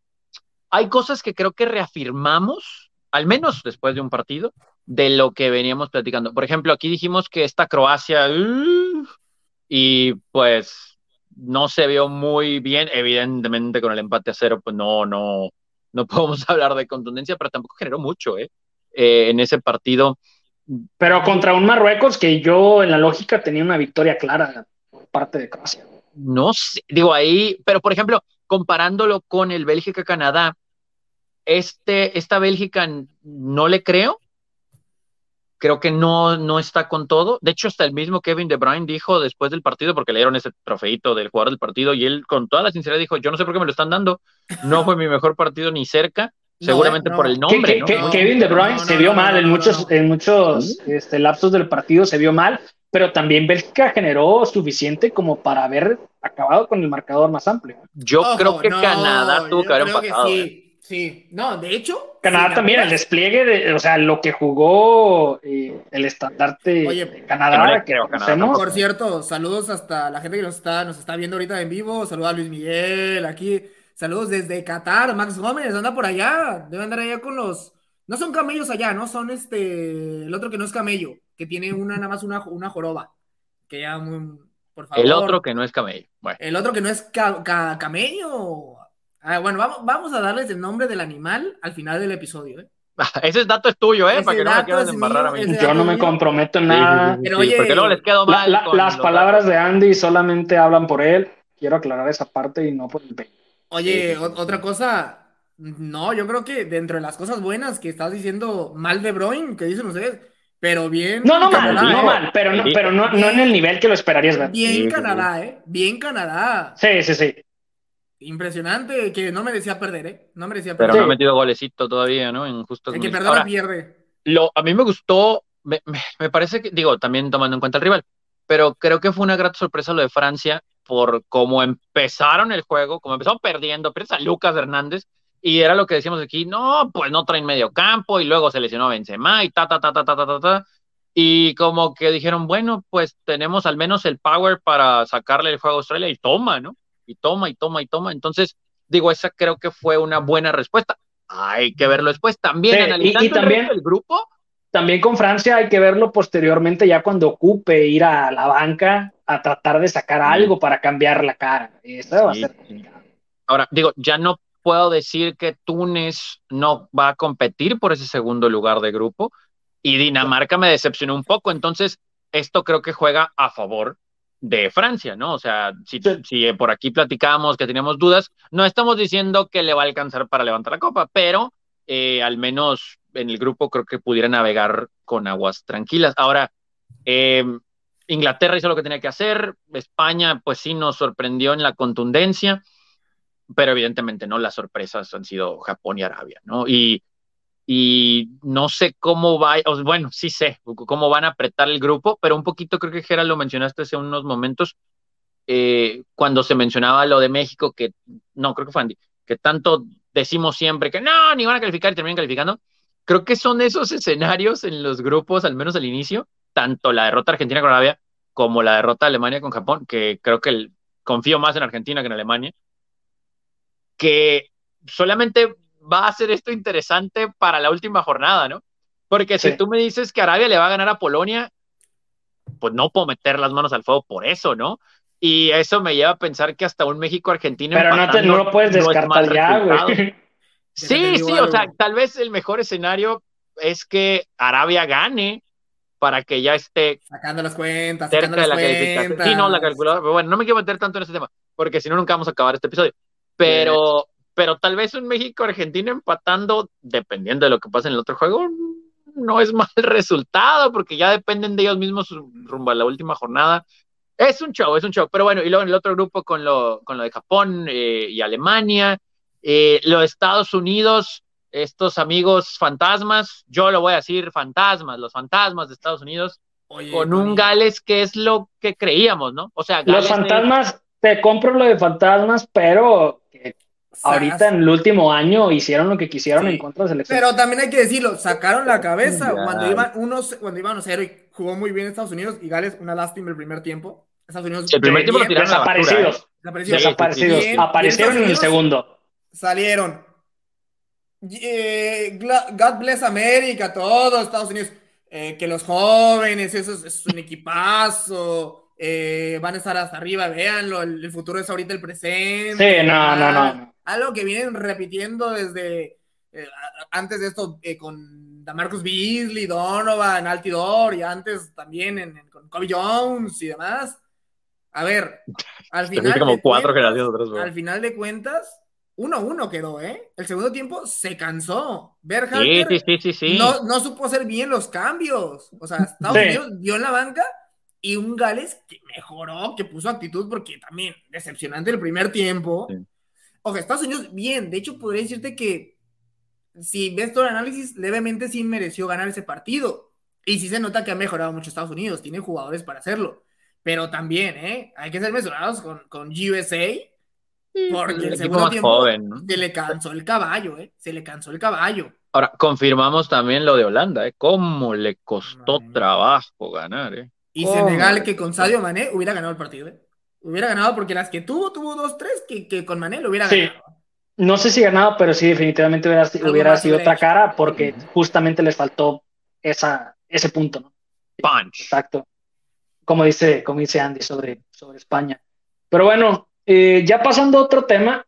hay cosas que creo que reafirmamos, al menos después de un partido, de lo que veníamos platicando. Por ejemplo, aquí dijimos que esta Croacia, uh, y pues no se vio muy bien, evidentemente con el empate a cero, pues no, no, no podemos hablar de contundencia, pero tampoco generó mucho, ¿eh? eh, en ese partido. Pero contra un Marruecos que yo en la lógica tenía una victoria clara por parte de Croacia. No sé, digo ahí, pero por ejemplo, comparándolo con el Bélgica-Canadá, este, esta Bélgica no le creo, creo que no, no está con todo. De hecho, hasta el mismo Kevin De Bruyne dijo después del partido, porque le dieron ese trofeito del jugador del partido, y él con toda la sinceridad dijo, yo no sé por qué me lo están dando, no fue mi mejor partido ni cerca, seguramente no, eh, no. por el nombre, que, ¿no? que, Muy Kevin De sincero. Bruyne no, no, se vio no, mal no, en no, muchos, no, no. en muchos Sí. este, lapsos del partido, se vio mal, pero también Bélgica generó suficiente como para haber acabado con el marcador más amplio. Yo Ojo, creo que no, Canadá tuvo que yo haber creo que empatado, ¿eh? sí, sí. No, de hecho, Canadá sin también, el apuras. despliegue, de, o sea, lo que jugó eh, el estandarte de Oye, Que no le Canadá que creo a Canadá conocemos. por tampoco, ¿eh? cierto, saludos hasta la gente que nos está, nos está viendo ahorita en vivo. Saludos a Luis Miguel, aquí. Saludos desde Qatar. Max Gómez anda por allá. Debe andar allá con los. No son camellos allá, ¿no? Son este. El otro que no es camello, que tiene una, nada más una, una joroba. Que ya, muy- por El otro favor. que no es camello. Bueno, El otro que no es ca- ca- camello. Ah, bueno, vamos, vamos a darles el nombre del animal al final del episodio, ¿eh? ese dato es tuyo, ¿eh? Para Ese que no me dato quieran es embarrar a mío, mí. ese Yo dato no es me mío. comprometo en Sí, sí, nada. sí, Pero sí, porque luego les oye, quedo La, mal la, con las los palabras datos. de Andy solamente hablan por él. Quiero aclarar esa parte y no por el pecho. Sí, Oye, sí, sí, o- otra sí. cosa, no, yo creo que dentro de las cosas buenas que estás diciendo, mal de Bruyne, que dicen ustedes, pero No, bien no mal, Él Canadá, no ¿eh? dijo, mal, pero él no, pero dijo. no, no en el Bien, nivel que lo esperarías ver. bien Sí, sí, sí. Canadá, ¿eh? Bien Canadá. Sí, sí, sí. Impresionante, que no merecía perder, ¿eh? No merecía Pero no ha perder. Sí. metido golecito todavía, ¿no? En justos El que mundiales. perdona Ahora, pierde. lo, a mí me gustó, me, me, me parece que, digo, también tomando en cuenta el rival, pero creo que fue una grata sorpresa lo de Francia por cómo empezaron el juego, como empezaron perdiendo, pierdes a Lucas Hernández, y era lo que decíamos aquí, no, pues no traen medio campo, y luego se lesionó Benzema, y ta, ta, ta, ta, ta, ta, ta, ta, y como que dijeron, bueno, pues tenemos al menos el power para sacarle el juego a Australia, y toma, ¿no? Y toma, y toma, y toma, entonces, digo, esa creo que fue una buena respuesta. Hay que verlo después. Sí, También y, y analizando el resto también, del grupo, también con Francia hay que verlo posteriormente ya cuando ocupe ir a la banca a tratar de sacar sí, algo para cambiar la cara. Eso va a sí, ser sí. complicado. Ahora, digo, ya no puedo decir que Túnez no va a competir por ese segundo lugar de grupo y Dinamarca me decepcionó un poco, entonces esto creo que juega a favor de Francia, ¿no? O sea, si, Sí, si por aquí platicábamos que teníamos dudas, no estamos diciendo que le va a alcanzar para levantar la copa, pero eh, al menos en el grupo creo que pudiera navegar con aguas tranquilas. Ahora, eh, Inglaterra hizo lo que tenía que hacer, España pues sí nos sorprendió en la contundencia, pero evidentemente no, las sorpresas han sido Japón y Arabia, ¿no? Y, y no sé cómo va, o, bueno, sí sé cómo van a apretar el grupo, pero un poquito creo que Gerald lo mencionaste hace unos momentos, eh, cuando se mencionaba lo de México, que no, creo que fue Andy, que tanto decimos siempre que no, ni van a calificar y terminan calificando. Creo que son esos escenarios en los grupos, al menos al inicio, tanto la derrota argentina con Arabia como la derrota de Alemania con Japón, que creo que el, confío más en Argentina que en Alemania, que solamente va a ser esto interesante para la última jornada, ¿no? Porque si sí. tú me dices que Arabia le va a ganar a Polonia, pues no puedo meter las manos al fuego por eso, ¿no? Y eso me lleva a pensar que hasta un México-Argentina Pero no, te, no empatando lo puedes no es mal descartar ya, güey. resultado. Déjate Sí, digo sí, o sea, algo. tal vez el mejor escenario es que Arabia gane para que ya esté Sacando las cuentas, sacando cerca de las la calificación. Sí, no, la cuentas. calculadora, pero bueno, no me quiero meter tanto en ese tema, porque si no, nunca vamos a acabar este episodio. Sí. Pero, pero tal vez un México-Argentina empatando, dependiendo de lo que pase en el otro juego, no es mal resultado, porque ya dependen de ellos mismos rumbo a la última jornada. Es un show, es un show. Pero bueno, y luego en el otro grupo con lo, con lo de Japón eh, y Alemania, eh, los Estados Unidos, estos amigos fantasmas, yo lo voy a decir fantasmas, los fantasmas de Estados Unidos, Oye, con un Tony. Gales que es lo que creíamos, ¿no? O sea, Los Gales es, fantasmas, te compro lo de fantasmas, pero que ahorita Sas- en el último año hicieron lo que quisieron en Sí. contra de la selección. Pero también hay que decirlo, sacaron la cabeza cuando ya, iban unos, cuando iban a cero y jugó muy bien Estados Unidos y Gales, una lástima el primer tiempo. Estados Unidos el primer Sí. tiempo lo bien, tiraron a la basura, ¿eh? Desaparecidos. desapareció. Sí, sí, sí, sí, Desaparecidos. sí. Bien, bien Aparecieron Estados en el Unidos, segundo. salieron. Eh, gla- God bless America, todo Estados Unidos. Eh, que los jóvenes, eso es, es un equipazo. Eh, van a estar hasta arriba, véanlo. El, el futuro es ahorita el presente. Sí, no, no, no, tal. no. Algo que vienen repitiendo desde, eh, antes de esto eh, con Damarcus Beasley, Donovan, Altidor, y antes también en, en, con Kobe Jones y demás. A ver, al final, como de cuatro cuentas, generaciones atrás, al final de cuentas, uno a uno quedó, ¿eh? El segundo tiempo se cansó. Berhalter sí, sí, sí, sí, sí. No, no supo hacer bien los cambios. O sea, Estados Sí. Unidos dio en la banca y un Gales que mejoró, que puso actitud, porque también decepcionante el primer tiempo. Sí. Ojo, Estados Unidos, bien. De hecho, podría decirte que si ves todo el análisis, levemente sí mereció ganar ese partido. Y sí se nota que ha mejorado mucho Estados Unidos. Tiene jugadores para hacerlo. Pero también, ¿eh? Hay que ser mesurados con, con U S A. Porque el el equipo segundo más tiempo joven, ¿no? se le cansó el caballo, ¿eh? Se le cansó el caballo. Ahora, confirmamos también lo de Holanda, ¿eh? Cómo le costó Madre mía. trabajo ganar, ¿eh? Y ¿Cómo Senegal, le que con costó? Sadio Mané hubiera ganado el partido, ¿eh? Hubiera ganado porque las que tuvo, tuvo dos, tres, que, que con Mané lo hubiera Sí. ganado. No sé si ganado, pero sí, definitivamente hubiera, Algo hubiera más sido hubiera otra hecho. cara porque justamente les faltó esa, ese punto, ¿no? Punch. Exacto. Como dice, como dice Andy sobre, sobre España. Pero bueno, eh, ya pasando a otro tema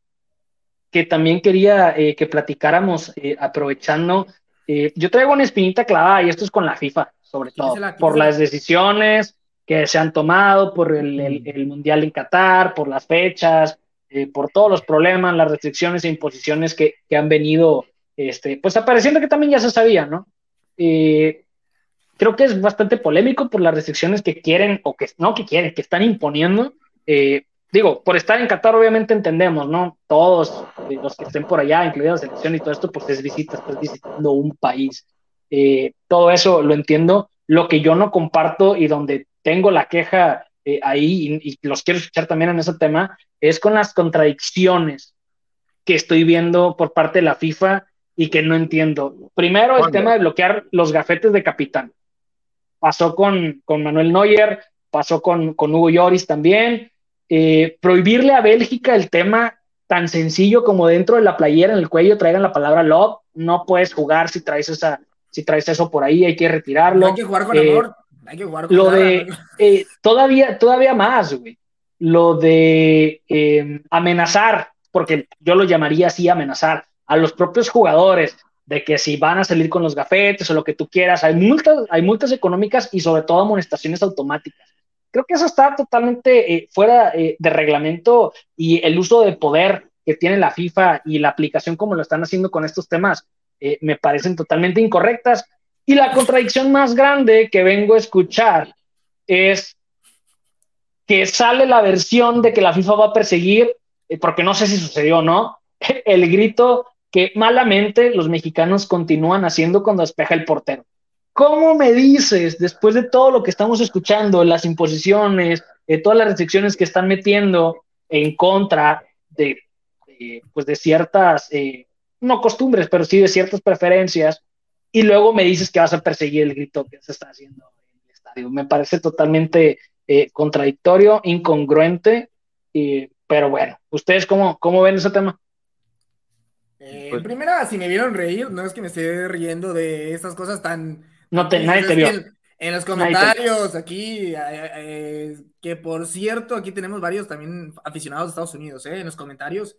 que también quería eh, que platicáramos, eh, aprovechando, eh, yo traigo una espinita clavada y esto es con la FIFA, sobre todo, Quítesela, por quítesela. las decisiones que se han tomado, por el, el, el Mundial en Qatar, por las fechas, eh, por todos los problemas, las restricciones e imposiciones que, que han venido, este, pues apareciendo que también ya se sabía, ¿no? Eh, creo que es bastante polémico por las restricciones que quieren, o que no que quieren, que están imponiendo. Eh, digo, por estar en Qatar obviamente entendemos, ¿no? Todos eh, los que estén por allá, incluida la selección y todo esto, pues es visita, estás visitando un país. Eh, todo eso lo entiendo. Lo que yo no comparto y donde tengo la queja eh, ahí, y, y los quiero escuchar también en ese tema, es con las contradicciones que estoy viendo por parte de la FIFA y que no entiendo. Primero, el ¿Cuándo? tema de bloquear los gafetes de capitán. Pasó con, con Manuel Neuer, pasó con, con Hugo Lloris también. Eh, prohibirle a Bélgica el tema tan sencillo como dentro de la playera, en el cuello, traigan la palabra love. No puedes jugar si traes, esa, si traes eso por ahí, hay que retirarlo. No hay que jugar con eh, amor, hay que jugar con Lo garra, de, ¿no? eh, todavía, todavía más, güey. Lo de eh, amenazar, porque yo lo llamaría así, amenazar a los propios jugadores de que si van a salir con los gafetes o lo que tú quieras, hay multas, hay multas económicas y sobre todo amonestaciones automáticas. Creo que eso está totalmente eh, fuera eh, de reglamento, y el uso de poder que tiene la FIFA y la aplicación como lo están haciendo con estos temas eh, me parecen totalmente incorrectas. Y la contradicción más grande que vengo a escuchar es que sale la versión de que la FIFA va a perseguir, eh, porque no sé si sucedió o no, el grito que malamente los mexicanos continúan haciendo cuando despeja el portero. ¿Cómo me dices, después de todo lo que estamos escuchando, las imposiciones, eh, todas las restricciones que están metiendo en contra de, de, pues de ciertas, eh, no costumbres, pero sí de ciertas preferencias, y luego me dices que vas a perseguir el grito que se está haciendo en el estadio? Me parece totalmente eh, contradictorio, incongruente, eh, pero bueno, ¿ustedes cómo, cómo ven ese tema? Eh, Pues- en primera, si me vieron reír, no es que me esté riendo de estas cosas tan, No tan te, tristes, nadie te es vio. que en, en los Nadie te vio. comentarios aquí, eh, eh, que por cierto, aquí tenemos varios también aficionados de Estados Unidos, ¿eh? En los comentarios,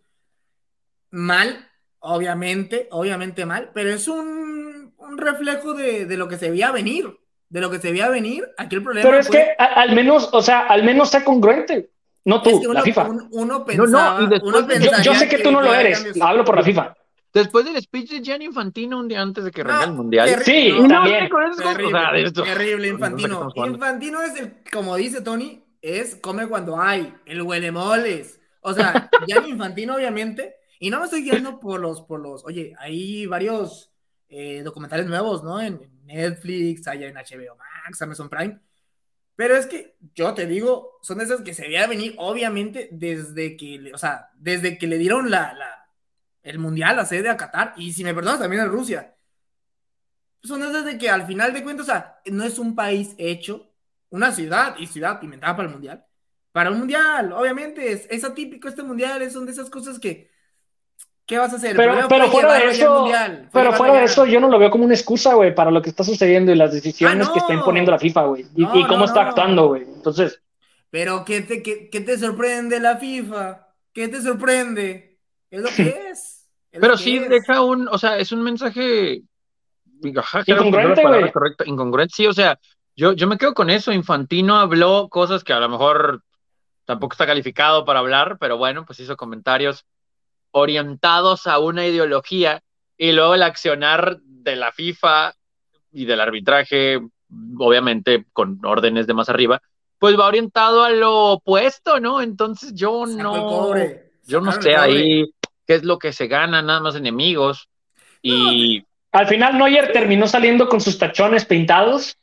mal, obviamente, obviamente mal, pero es un, un reflejo de, de lo que se veía venir, de lo que se veía venir. Aquí el problema Pero es fue, que a, al menos, o sea, al menos sea congruente. No es tú, que la uno, FIFA. un- uno No, no, y pensaba, después uno de- Yo, yo pensaría sé que tú no que lo iba a haber eres, cambios. hablo por la FIFA. Después del speech de Gianni Infantino un día antes de que No, arranque el Mundial. terri- Sí, no, Y no también. sé con esas cosas, o Terrible, sea, de esto. terrible, No sé qué Infantino. estamos jugando. Infantino es el, como dice Tony, es come cuando hay, el huelemoles. O sea, Gianni Infantino, obviamente, y no me estoy guiando por los, por los, oye, hay varios eh, documentales nuevos, ¿no? En, en Netflix, hay en H B O Max, Amazon Prime. Pero es que, yo te digo, son de esas que se veía venir, obviamente, desde que, le- o sea, desde que le dieron la, la, el mundial, la sede a Qatar, y si me perdonas, también a Rusia. Son esas de que al final de cuentas, o sea, no es un país hecho, una ciudad, y ciudad pimentada para el mundial. Para un mundial, obviamente, es, es atípico este mundial, son de esas cosas que, ¿qué vas a hacer? El Pero, problema pero fue fuera de llevarlo ya al eso, mundial. Fue pero llevarlo fuera de ya. eso, yo no lo veo como una excusa, güey, para lo que está sucediendo y las Ah, decisiones que está imponiendo la no. FIFA, güey. Y, No, y cómo no, está no. actuando, güey. Entonces, Pero ¿qué te, qué, qué te sorprende la FIFA? ¿Qué te sorprende? Es lo que es. Es lo Pero que sí es. deja un, o sea, es un mensaje, ajá, creo que es la Incongruente, palabra güey. correcta, incongruente, sí, o sea, yo, yo me quedo con eso. Infantino habló cosas que a lo mejor tampoco está calificado para hablar, pero bueno, pues hizo comentarios orientados a una ideología, y luego el accionar de la FIFA y del arbitraje, obviamente con órdenes de más arriba, pues va orientado a lo opuesto, ¿no? Entonces yo Sacó el no, cobre, yo no sacaron el sé cobre. ahí qué es lo que se gana, nada más enemigos. No, te- Y Al final Neuer terminó saliendo con sus tachones pintados.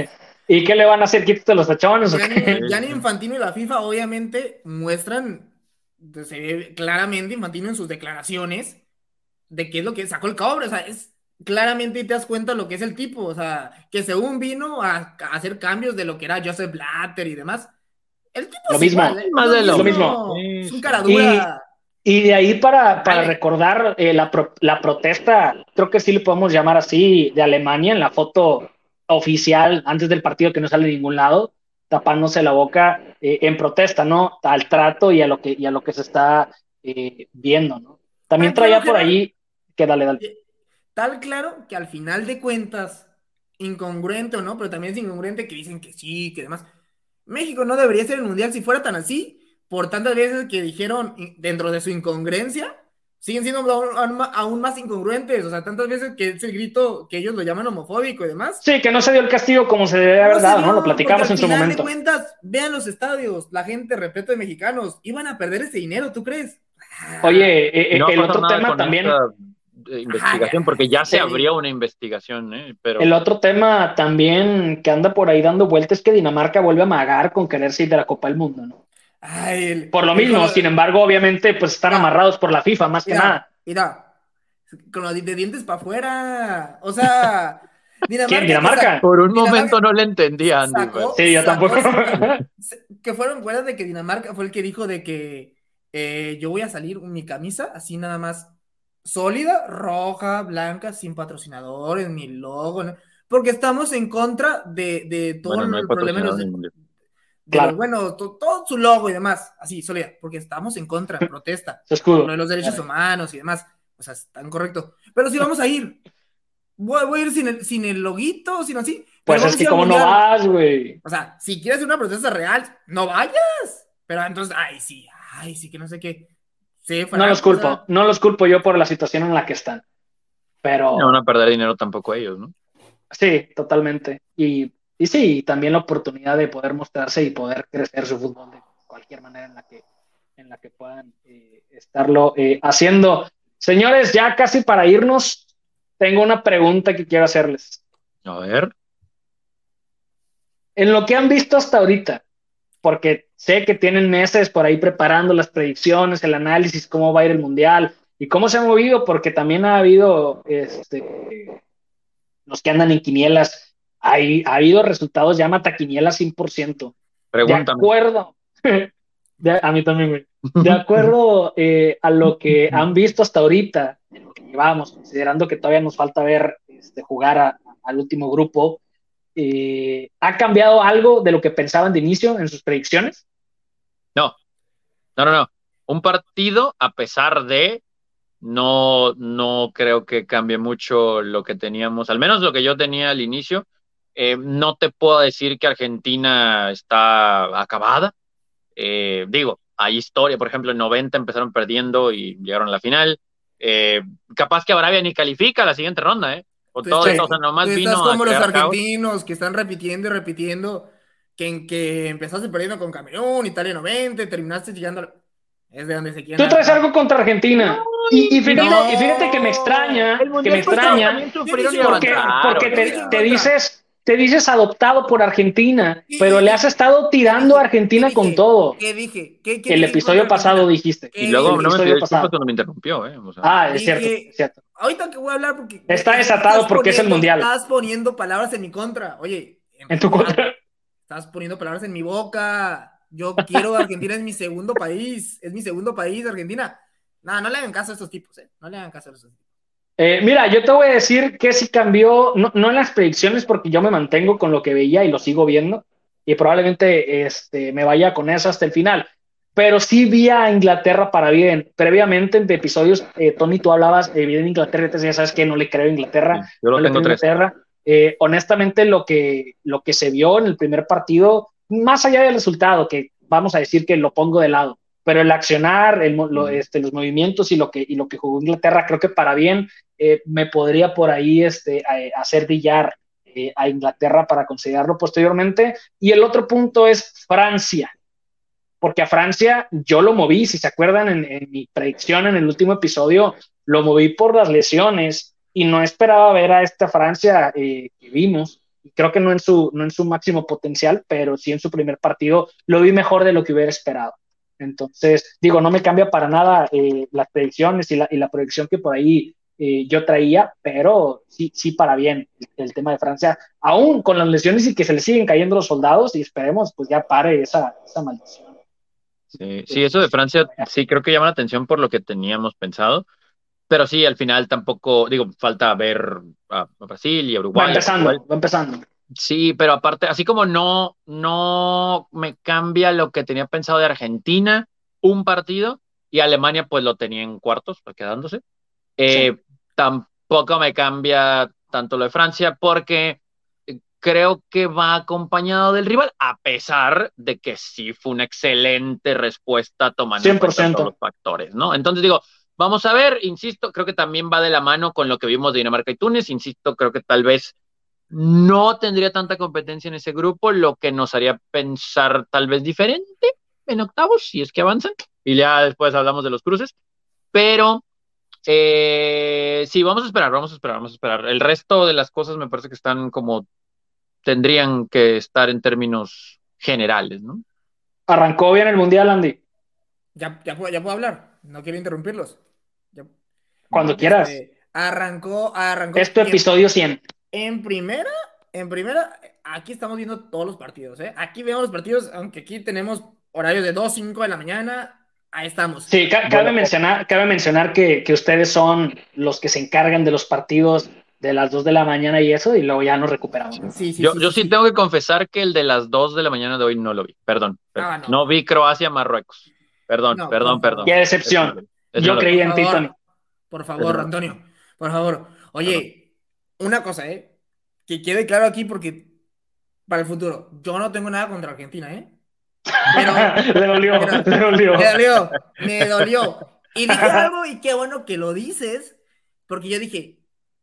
¿Y qué le van a hacer? ¿Quítate los tachones o Gianni, qué? Gianni Infantino y la FIFA obviamente muestran, se ve claramente Infantino en sus declaraciones de qué es lo que sacó el cobre, o sea, es claramente te das cuenta lo que es el tipo, o sea, que según vino a, a hacer cambios de lo que era Joseph Blatter y demás, el tipo Lo es igual, mismo, ¿eh? Es más lo de lo es lo mismo. mismo. mismo, Sí, es un sí. cara Y, dura, y de ahí para, para dale. recordar eh, la, pro- la protesta, creo que sí le podemos llamar así, de Alemania, en la foto oficial antes del partido que no sale de ningún lado, tapándose la boca eh, en protesta, ¿no? Al trato y a lo que, y a lo que se está eh, viendo, ¿no? También Tan claro, traía por Gerard, ahí, que dale, dale. que- tal claro que al final de cuentas, incongruente o no, pero también es incongruente que dicen que sí, que demás. México no debería ser el mundial si fuera tan así, por tantas veces que dijeron in- dentro de su incongruencia, siguen siendo aún, aún ma- aún más incongruentes, o sea, tantas veces que es el grito que ellos lo llaman homofóbico y demás, Sí, que no se dio el castigo como se debe no haber se dado, ¿no? Lo dio, porque platicamos al en su final de momento. cuentas, vean los estadios, la gente, repleto de mexicanos, iban a perder ese dinero, ¿tú crees? Ah, Oye, eh, Y eh, no va a el pasar otro nada tema con también, esta eh, ajá, investigación, porque ya se que ni- abrió una investigación, ¿eh? el Pero otro tema también que anda por ahí dando vueltas es que Dinamarca vuelve a amagar con quererse ir de la Copa del Mundo, ¿no? ay, Por el, lo el con mismo, lo- sin embargo, obviamente, pues están mira, amarrados por la FIFA, más que mira, nada. mira, con los de dientes para afuera, o sea, ¿Quién? Dinamarca que sa- ¿Dinamarca? por un Dinamarca momento no le entendí a Andy, pero sacó, Sí, yo tampoco. sacó, sa- se- que fueron, ¿recuerdas de que Dinamarca fue el que dijo de que eh, yo voy a salir con mi camisa así nada más sólida, roja, blanca, sin patrocinadores, ni logo, ¿no? Porque estamos en contra de, de todo bueno, no hay el problema de patrocinador los, en el mundial. de los Claro, bueno, to- todo su logo y demás, así, sólida, porque estamos en contra, en protesta, su por lo escudo. de los derechos Claro. humanos y demás, o sea, están correctos. Pero sí vamos a ir, voy, voy a ir sin el, sin el loguito, sin así, pero Pues es vamos a que ir al cómo no mundial. vas, güey. O sea, si quieres una protesta real, no vayas. Pero entonces, ay, sí, ay, sí, que no sé qué. Sí, No los Franco, o culpo, sea, no los culpo yo por la situación en la que están. Y no van a Pero perder dinero tampoco ellos, ¿no? sí, totalmente. Y, y sí, también la oportunidad de poder mostrarse y poder crecer su fútbol de cualquier manera en la que, en la que puedan eh, estarlo eh, haciendo. Señores, ya casi para irnos, tengo una pregunta que quiero hacerles. A ver, En lo que han visto hasta ahorita, porque sé que tienen meses por ahí preparando las predicciones, el análisis, cómo va a ir el mundial y cómo se ha movido, porque también ha habido este, los que andan en quinielas, hay, ha habido resultados ya mataquinielas cien por ciento. De pregúntame. acuerdo, de, a mí también, güey. De acuerdo eh, a lo que han visto hasta ahorita, en lo que llevamos, considerando que todavía nos falta ver este, jugar a, al último grupo, eh, ¿ha cambiado algo de lo que pensaban de inicio en sus predicciones? No, no, no, no. Un partido, a pesar de, no, no creo que cambie mucho lo que teníamos, al menos lo que yo tenía al inicio. Eh, no te puedo decir que Argentina está acabada. Eh, digo, hay historia, por ejemplo, en noventa empezaron perdiendo y llegaron a la final. Eh, capaz que Arabia ni califica a la siguiente ronda, ¿eh? O tú todo estás, esto, o sea, nomás tú estás vino a como los crear caos. argentinos que están repitiendo y repitiendo que, en que empezaste perdiendo con Camerún, Italia noventa, y terminaste llegando a... Es de donde se quieren Tú traes agarrar. algo contra Argentina. Y, y, fíjate, No. y fíjate que me extraña, El que mundial me pasado extraña, también ¿Qué sufrieron y dice porque, contra? porque avanzaron. ¿Qué te, dice en te contra? dices, te dices adoptado por Argentina, Y- pero y- le y- has estado ¿Qué tirando a dije? ¿Qué Argentina con dije? todo. ¿Qué dije? ¿Qué, qué El dije en contra episodio de pasado Argentina? dijiste. ¿Qué Y luego El no me dije? pidió episodio disculpas pasado. cuando me interrumpió, ¿eh? O sea, Ah, es cierto, Dije, es cierto. ahorita que voy a hablar porque me- Está es- desatado estás porque es el poniendo, mundial. estás poniendo palabras en mi contra. Oye, en En tu verdad, contra. estás poniendo palabras en mi boca. Yo quiero a Argentina, es mi segundo país. Es mi segundo país, Argentina. No, no le hagan caso a estos tipos, ¿eh? No le hagan caso a estos tipos. Eh, mira, yo te voy a decir que sí cambió, no, no en las predicciones, porque yo me mantengo con lo que veía y lo sigo viendo, y probablemente este, me vaya con eso hasta el final. pero sí vi a Inglaterra para bien. Previamente en episodios, eh, Tony, tú hablabas eh, bien de Inglaterra, y te decía, sabes que no le creo a Inglaterra, Sí, yo lo no le tengo creo a tres. Inglaterra. Eh, honestamente, lo que, lo que se vio en el primer partido, más allá del resultado, que vamos a decir que lo pongo de lado, pero el accionar, el, lo, este, los movimientos y lo, que, y lo que jugó Inglaterra, creo que para bien eh, me podría por ahí este, a, hacer brillar eh, a Inglaterra para considerarlo posteriormente. Y el otro punto es Francia, porque a Francia yo lo moví, si se acuerdan, en, en mi predicción en el último episodio, lo moví por las lesiones y no esperaba ver a esta Francia eh, que vimos. Creo que no en, su, no en su máximo potencial, pero sí en su primer partido lo vi mejor de lo que hubiera esperado. Entonces, digo, no me cambia para nada eh, las predicciones y la, y la proyección que por ahí eh, yo traía, pero sí, sí para bien el, el tema de Francia, aún con las lesiones y que se le siguen cayendo los soldados y esperemos pues ya pare esa, esa maldición. Sí, sí, eso de Francia sí creo que llama la atención por lo que teníamos pensado, pero sí, al final tampoco, digo, falta ver a Brasil y a Va Uruguay, a empezando, Portugal. va empezando. Sí, pero aparte, así como no, no me cambia lo que tenía pensado de Argentina, un partido, y Alemania pues lo tenía en cuartos, pues, quedándose. Eh, Sí. Tampoco me cambia tanto lo de Francia porque creo que va acompañado del rival, a pesar de que sí fue una excelente respuesta tomando en cuenta todos los cien por ciento. factores, ¿no? Entonces digo, vamos a ver, insisto, creo que también va de la mano con lo que vimos de Dinamarca y Túnez, insisto, creo que tal vez no tendría tanta competencia en ese grupo, lo que nos haría pensar tal vez diferente en octavos, si es que avanzan, y ya después hablamos de los cruces, pero eh, sí, vamos a esperar, vamos a esperar, vamos a esperar. El resto de las cosas me parece que están como tendrían que estar en términos generales, ¿no? Arrancó bien el Mundial, Andy. Ya, ya, puedo, ya puedo hablar, no quiero interrumpirlos. Ya, Cuando quieras. este, arrancó, arrancó. Es tu En, episodio cien. en primera, en primera, aquí estamos viendo todos los partidos, ¿eh? Aquí vemos los partidos, aunque aquí tenemos horarios de dos, cinco de la mañana, ahí estamos. Sí, ca- cabe Bueno, mencionar, cabe mencionar que, que ustedes son los que se encargan de los partidos de las dos de la mañana y eso, y luego ya nos recuperamos. Sí, sí, yo, sí, yo sí, sí sí. tengo que confesar que el de las dos de la mañana de hoy no lo vi, perdón, perdón. Ah, no. No vi Croacia-Marruecos, perdón, No, perdón, por perdón. Qué favor. Ese no lo decepción. vi, ese no Yo lo vi, creí Por en ti, Tony. favor, por ese favor, no lo vi, Antonio, por favor. perdón. Oye, una cosa, ¿eh? Que quede claro aquí porque para el futuro, yo no tengo nada contra Argentina, ¿eh? Pero, Le dolió, pero, le dolió. me dolió, me dolió. Y dije algo y qué bueno que lo dices, porque yo dije,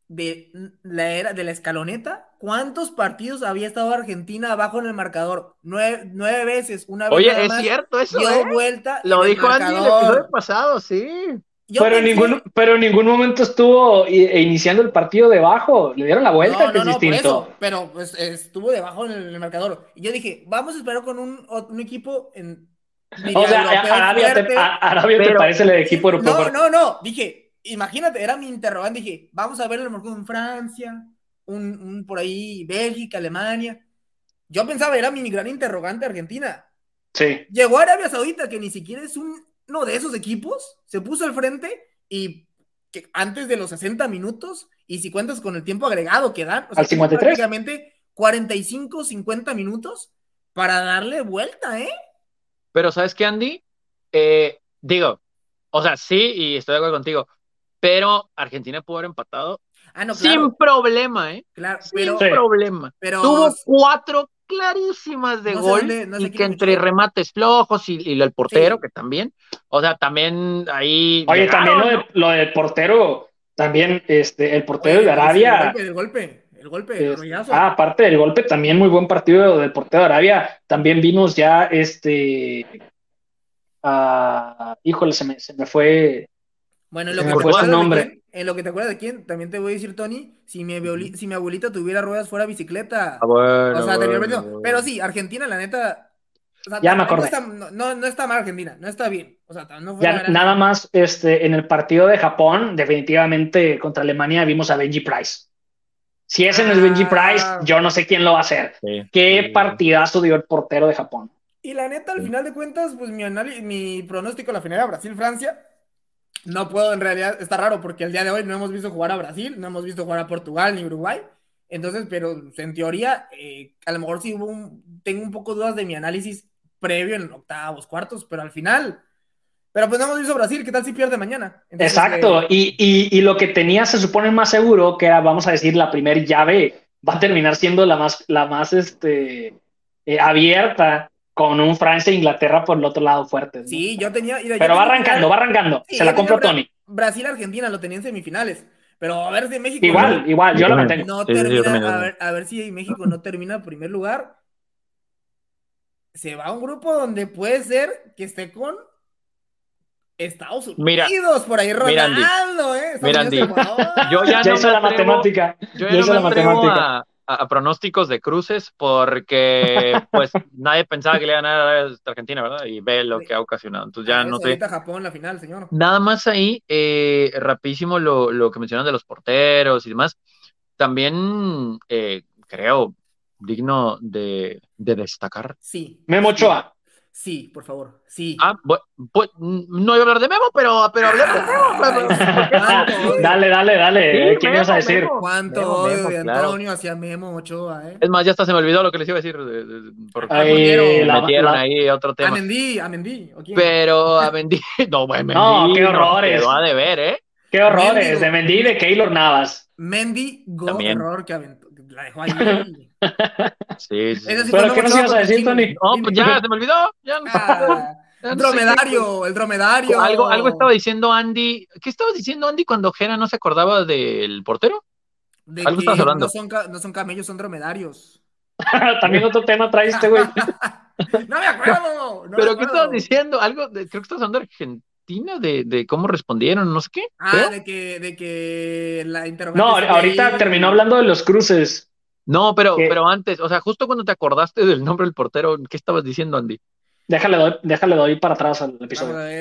de la era de la escaloneta, ¿cuántos partidos había estado Argentina abajo en el marcador? Nueve, nueve veces, una vez Oye, nada es más, cierto eso, ¿eh? dio vuelta en Lo el dijo Andy el episodio marcador. pasado, sí. Yo Pero en ningún, pensé, pero en ningún momento estuvo i- e iniciando el partido debajo. Le dieron la vuelta, no, que no, es no, por distinto. eso, pero pues estuvo debajo en el, en el marcador. Y yo dije, vamos a esperar con un, un equipo, en, O diría, sea, a- europeo Arabia te, a- fuerte. Arabia te Pero, parece el Y equipo europeo no, fuerte. no, no, dije, imagínate, era mi interrogante, dije, vamos a ver a lo mejor en Francia, un, un por ahí, Bélgica, Alemania. Yo pensaba, era mi gran interrogante Argentina. Sí. Llegó a Arabia Saudita, que ni siquiera es un, uno de esos equipos, se puso al frente y que antes de los sesenta minutos, y si cuentas con el tiempo agregado que dan, o sea, Al tuvo cincuenta y tres. prácticamente cuarenta y cinco, cincuenta minutos para darle vuelta, ¿eh? pero ¿sabes qué, Andy? Eh, digo, o sea, sí, y estoy de acuerdo contigo, pero Argentina pudo haber empatado Ah, no, sin claro, problema, ¿eh? claro, Sin pero, Sí. problema. pero Tuvo cuatro clarísimas de no sé gol dónde, no sé y quién que entre escuché. remates flojos y, y el portero, Sí. que también, o sea, también ahí Oye, también lo, llegaron, de, ¿no? lo del portero, también este, el portero Oye, de pero sí, el Arabia. golpe, el golpe, el golpe, el Es- rollazo. ah, aparte del golpe, también muy buen partido del portero de Arabia. También vimos ya este. ah, híjole, se me, se me fue. Bueno, en lo Se que me te fue su acuerdas de nombre. quién, en lo que te acuerdas de quién, también te voy a decir, Tony, si mi, abueli- si mi abuelita tuviera ruedas fuera Ah, bicicleta. O bueno, sea, tenía el bueno, partido. Pero bueno. sí, Argentina, la neta, o sea, Ya me tampoco acordé. está, no, no, no está mal Argentina, no está bien. O sea, no fue la Ya gran. nada más este, en el partido de Japón, definitivamente contra Alemania vimos a Benji Price. Si ese no es Benji Price, Ah, yo no sé quién lo va a hacer. Sí, Qué sí, partidazo dio el portero de Japón. y la neta, al sí. final de cuentas, pues mi análisis, mi pronóstico a la final era Brasil-Francia. No puedo, en realidad, está raro porque el día de hoy no hemos visto jugar a Brasil, no hemos visto jugar a Portugal ni Uruguay. Entonces, pero en teoría, eh, a lo mejor sí hubo un, tengo un poco dudas de mi análisis previo en octavos, cuartos, pero al final... Pero pues no hemos visto Brasil, ¿qué tal si pierde mañana? Entonces, exacto, eh... y, y, y lo que tenía se supone más seguro, que era, vamos a decir, la primer llave, va a terminar siendo la más, la más este, eh, abierta, con un Francia e Inglaterra por el otro lado fuertes, ¿no? Sí, yo tenía... Mira, pero yo va tenía arrancando, final... va arrancando, sí, se la compro Bra Tony. Brasil-Argentina lo tenía en semifinales, pero a ver si México... Igual, no, igual, yo, yo lo mantengo. No sí, termina, sí, también, a, ver, a ver si México no termina en primer lugar. Se va a un grupo donde puede ser que esté con Estados Unidos, mira, por ahí Ronaldo, ¿eh? Mira, Andy, yo ya, ya no hice me la atrevo, matemática. Yo ya, ya no me la atrevo a, a, a pronósticos de cruces porque pues nadie pensaba que le iba a ganar a Argentina, ¿verdad? Y ve lo que ha ocasionado. Entonces ya no sé. Ahorita Japón la final, señor. Nada más ahí, eh, rapidísimo lo, lo que mencionan de los porteros y demás. También eh, creo digno de, de destacar. Sí. Memo Ochoa. Sí, por favor, sí. Ah, bueno, pues no iba a hablar de Memo, pero, pero hablé de Memo. Dale, dale, dale. Sí, ¿quién ibas a decir? Memo. ¿Cuánto odio de Antonio claro. hacia Memo Ochoa, eh? Es más, ya hasta se me olvidó lo que les iba a decir. De, de, por, Ay, la, metieron la, ahí otro tema. A Mendy, a Mendy. Pero a Mendy, no, bueno, Mendy. No, qué horrores. Quedó a deber, ¿eh? Qué horrores. Mendy, de Mendy y de Keylor Navas. Mendy, go También. error que aventó. La dejó ahí. Sí, sí. Sí ¿Pero qué nos ibas a decir, Tony? No, pues ya, se me olvidó. Ya no, ah, ya no dromedario, sé qué, el dromedario. Algo, algo estaba diciendo Andy. ¿Qué estabas diciendo, Andy, cuando Jera no se acordaba del portero? De algo que estabas hablando. No son, no son camellos, son dromedarios. También otro tema traíste, güey. No me acuerdo. No ¿Pero me acuerdo. qué estabas diciendo? Algo, de, creo que estabas hablando de Argentina, de, de cómo respondieron, no sé qué. Ah, creo. de que, de que la interrogante. No, ahorita ahí... terminó hablando de los cruces. No, pero, pero antes, o sea, justo cuando te acordaste del nombre del portero, ¿qué estabas diciendo, Andy? Déjale doy, déjale doy para atrás al episodio. No,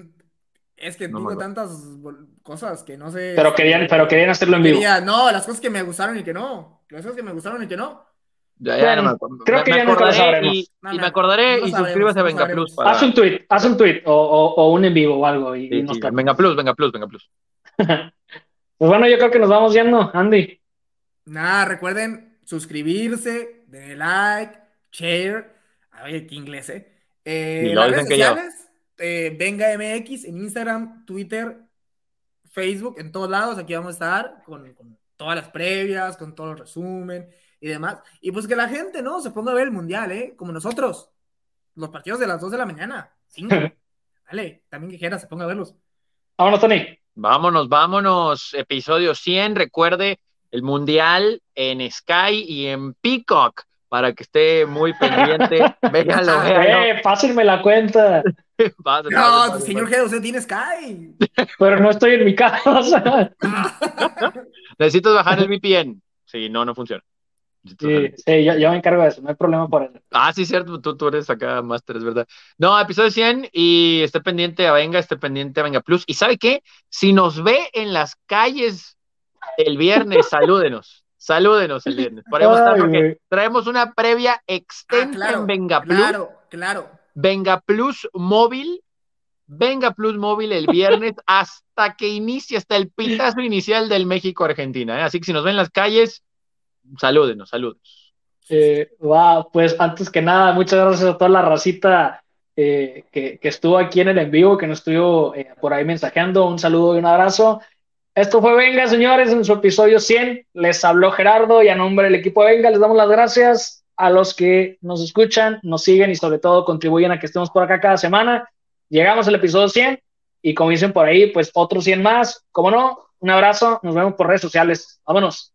es que no digo tantas cosas que no sé. Pero este, querían, pero querían hacerlo en vivo. Quería, no, las cosas que me gustaron y que no. Las cosas que me gustaron y que no. Ya, ya, bueno, no me acuerdo. Creo me, que me ya nunca lo sabremos. Y, no, y no, me acordaré no y sabremos, suscríbase a no Venga Plus. Para... Haz un tweet, haz un tweet o, o, o un en vivo o algo. Y, sí, y nos sí, Venga Plus, Venga Plus, Venga Plus. Pues bueno, yo creo que nos vamos yendo, Andy. Nada, recuerden suscribirse, denle like, share. A ver, qué inglés, ¿eh? eh y lo las dicen redes que sociales, eh, Venga M X en Instagram, Twitter, Facebook, en todos lados. Aquí vamos a estar con, con todas las previas, con todo el resumen y demás. Y pues que la gente, ¿no? Se ponga a ver el mundial, ¿eh? Como nosotros. Los partidos de las dos de la mañana. cinco. Vale, también que Jera se ponga a verlos. Vámonos, Tony. Vámonos, vámonos. Episodio cien. Recuerde el mundial en Sky y en Peacock para que esté muy pendiente. Véanlo, véanlo. Eh, pásenme la cuenta. Pase, no, pase, pase, señor Jera, usted tiene Sky. Pero no estoy en mi casa. Necesitas bajar el V P N. Si no, no funciona. Sí, sí yo, yo me encargo de eso, no hay problema por eso. Ah, sí, cierto, tú, tú eres acá máster, es verdad. No, episodio cien y esté pendiente a Venga, esté pendiente a Venga Plus. ¿Y sabe qué? Si nos ve en las calles el viernes, salúdenos, salúdenos el viernes. Podemos estar porque güey. traemos una previa extensa ah, claro, en Venga Plus. Claro, claro. Venga Plus móvil, Venga Plus móvil el viernes hasta que inicie, hasta el pitazo inicial del México-Argentina. ¿eh? Así que si nos ven en las calles, salúdenos, saludos. Eh, va, pues antes que nada, muchas gracias a toda la racita eh, que, que estuvo aquí en el en vivo, que nos estuvo eh, por ahí mensajeando. Un saludo y un abrazo. Esto fue Venga, señores, en su episodio cien. Les habló Gerardo y a nombre del equipo de Venga les damos las gracias a los que nos escuchan, nos siguen y sobre todo contribuyen a que estemos por acá cada semana. Llegamos al episodio cien y como dicen por ahí, pues otros cien más. Como no, un abrazo, nos vemos por redes sociales. Vámonos.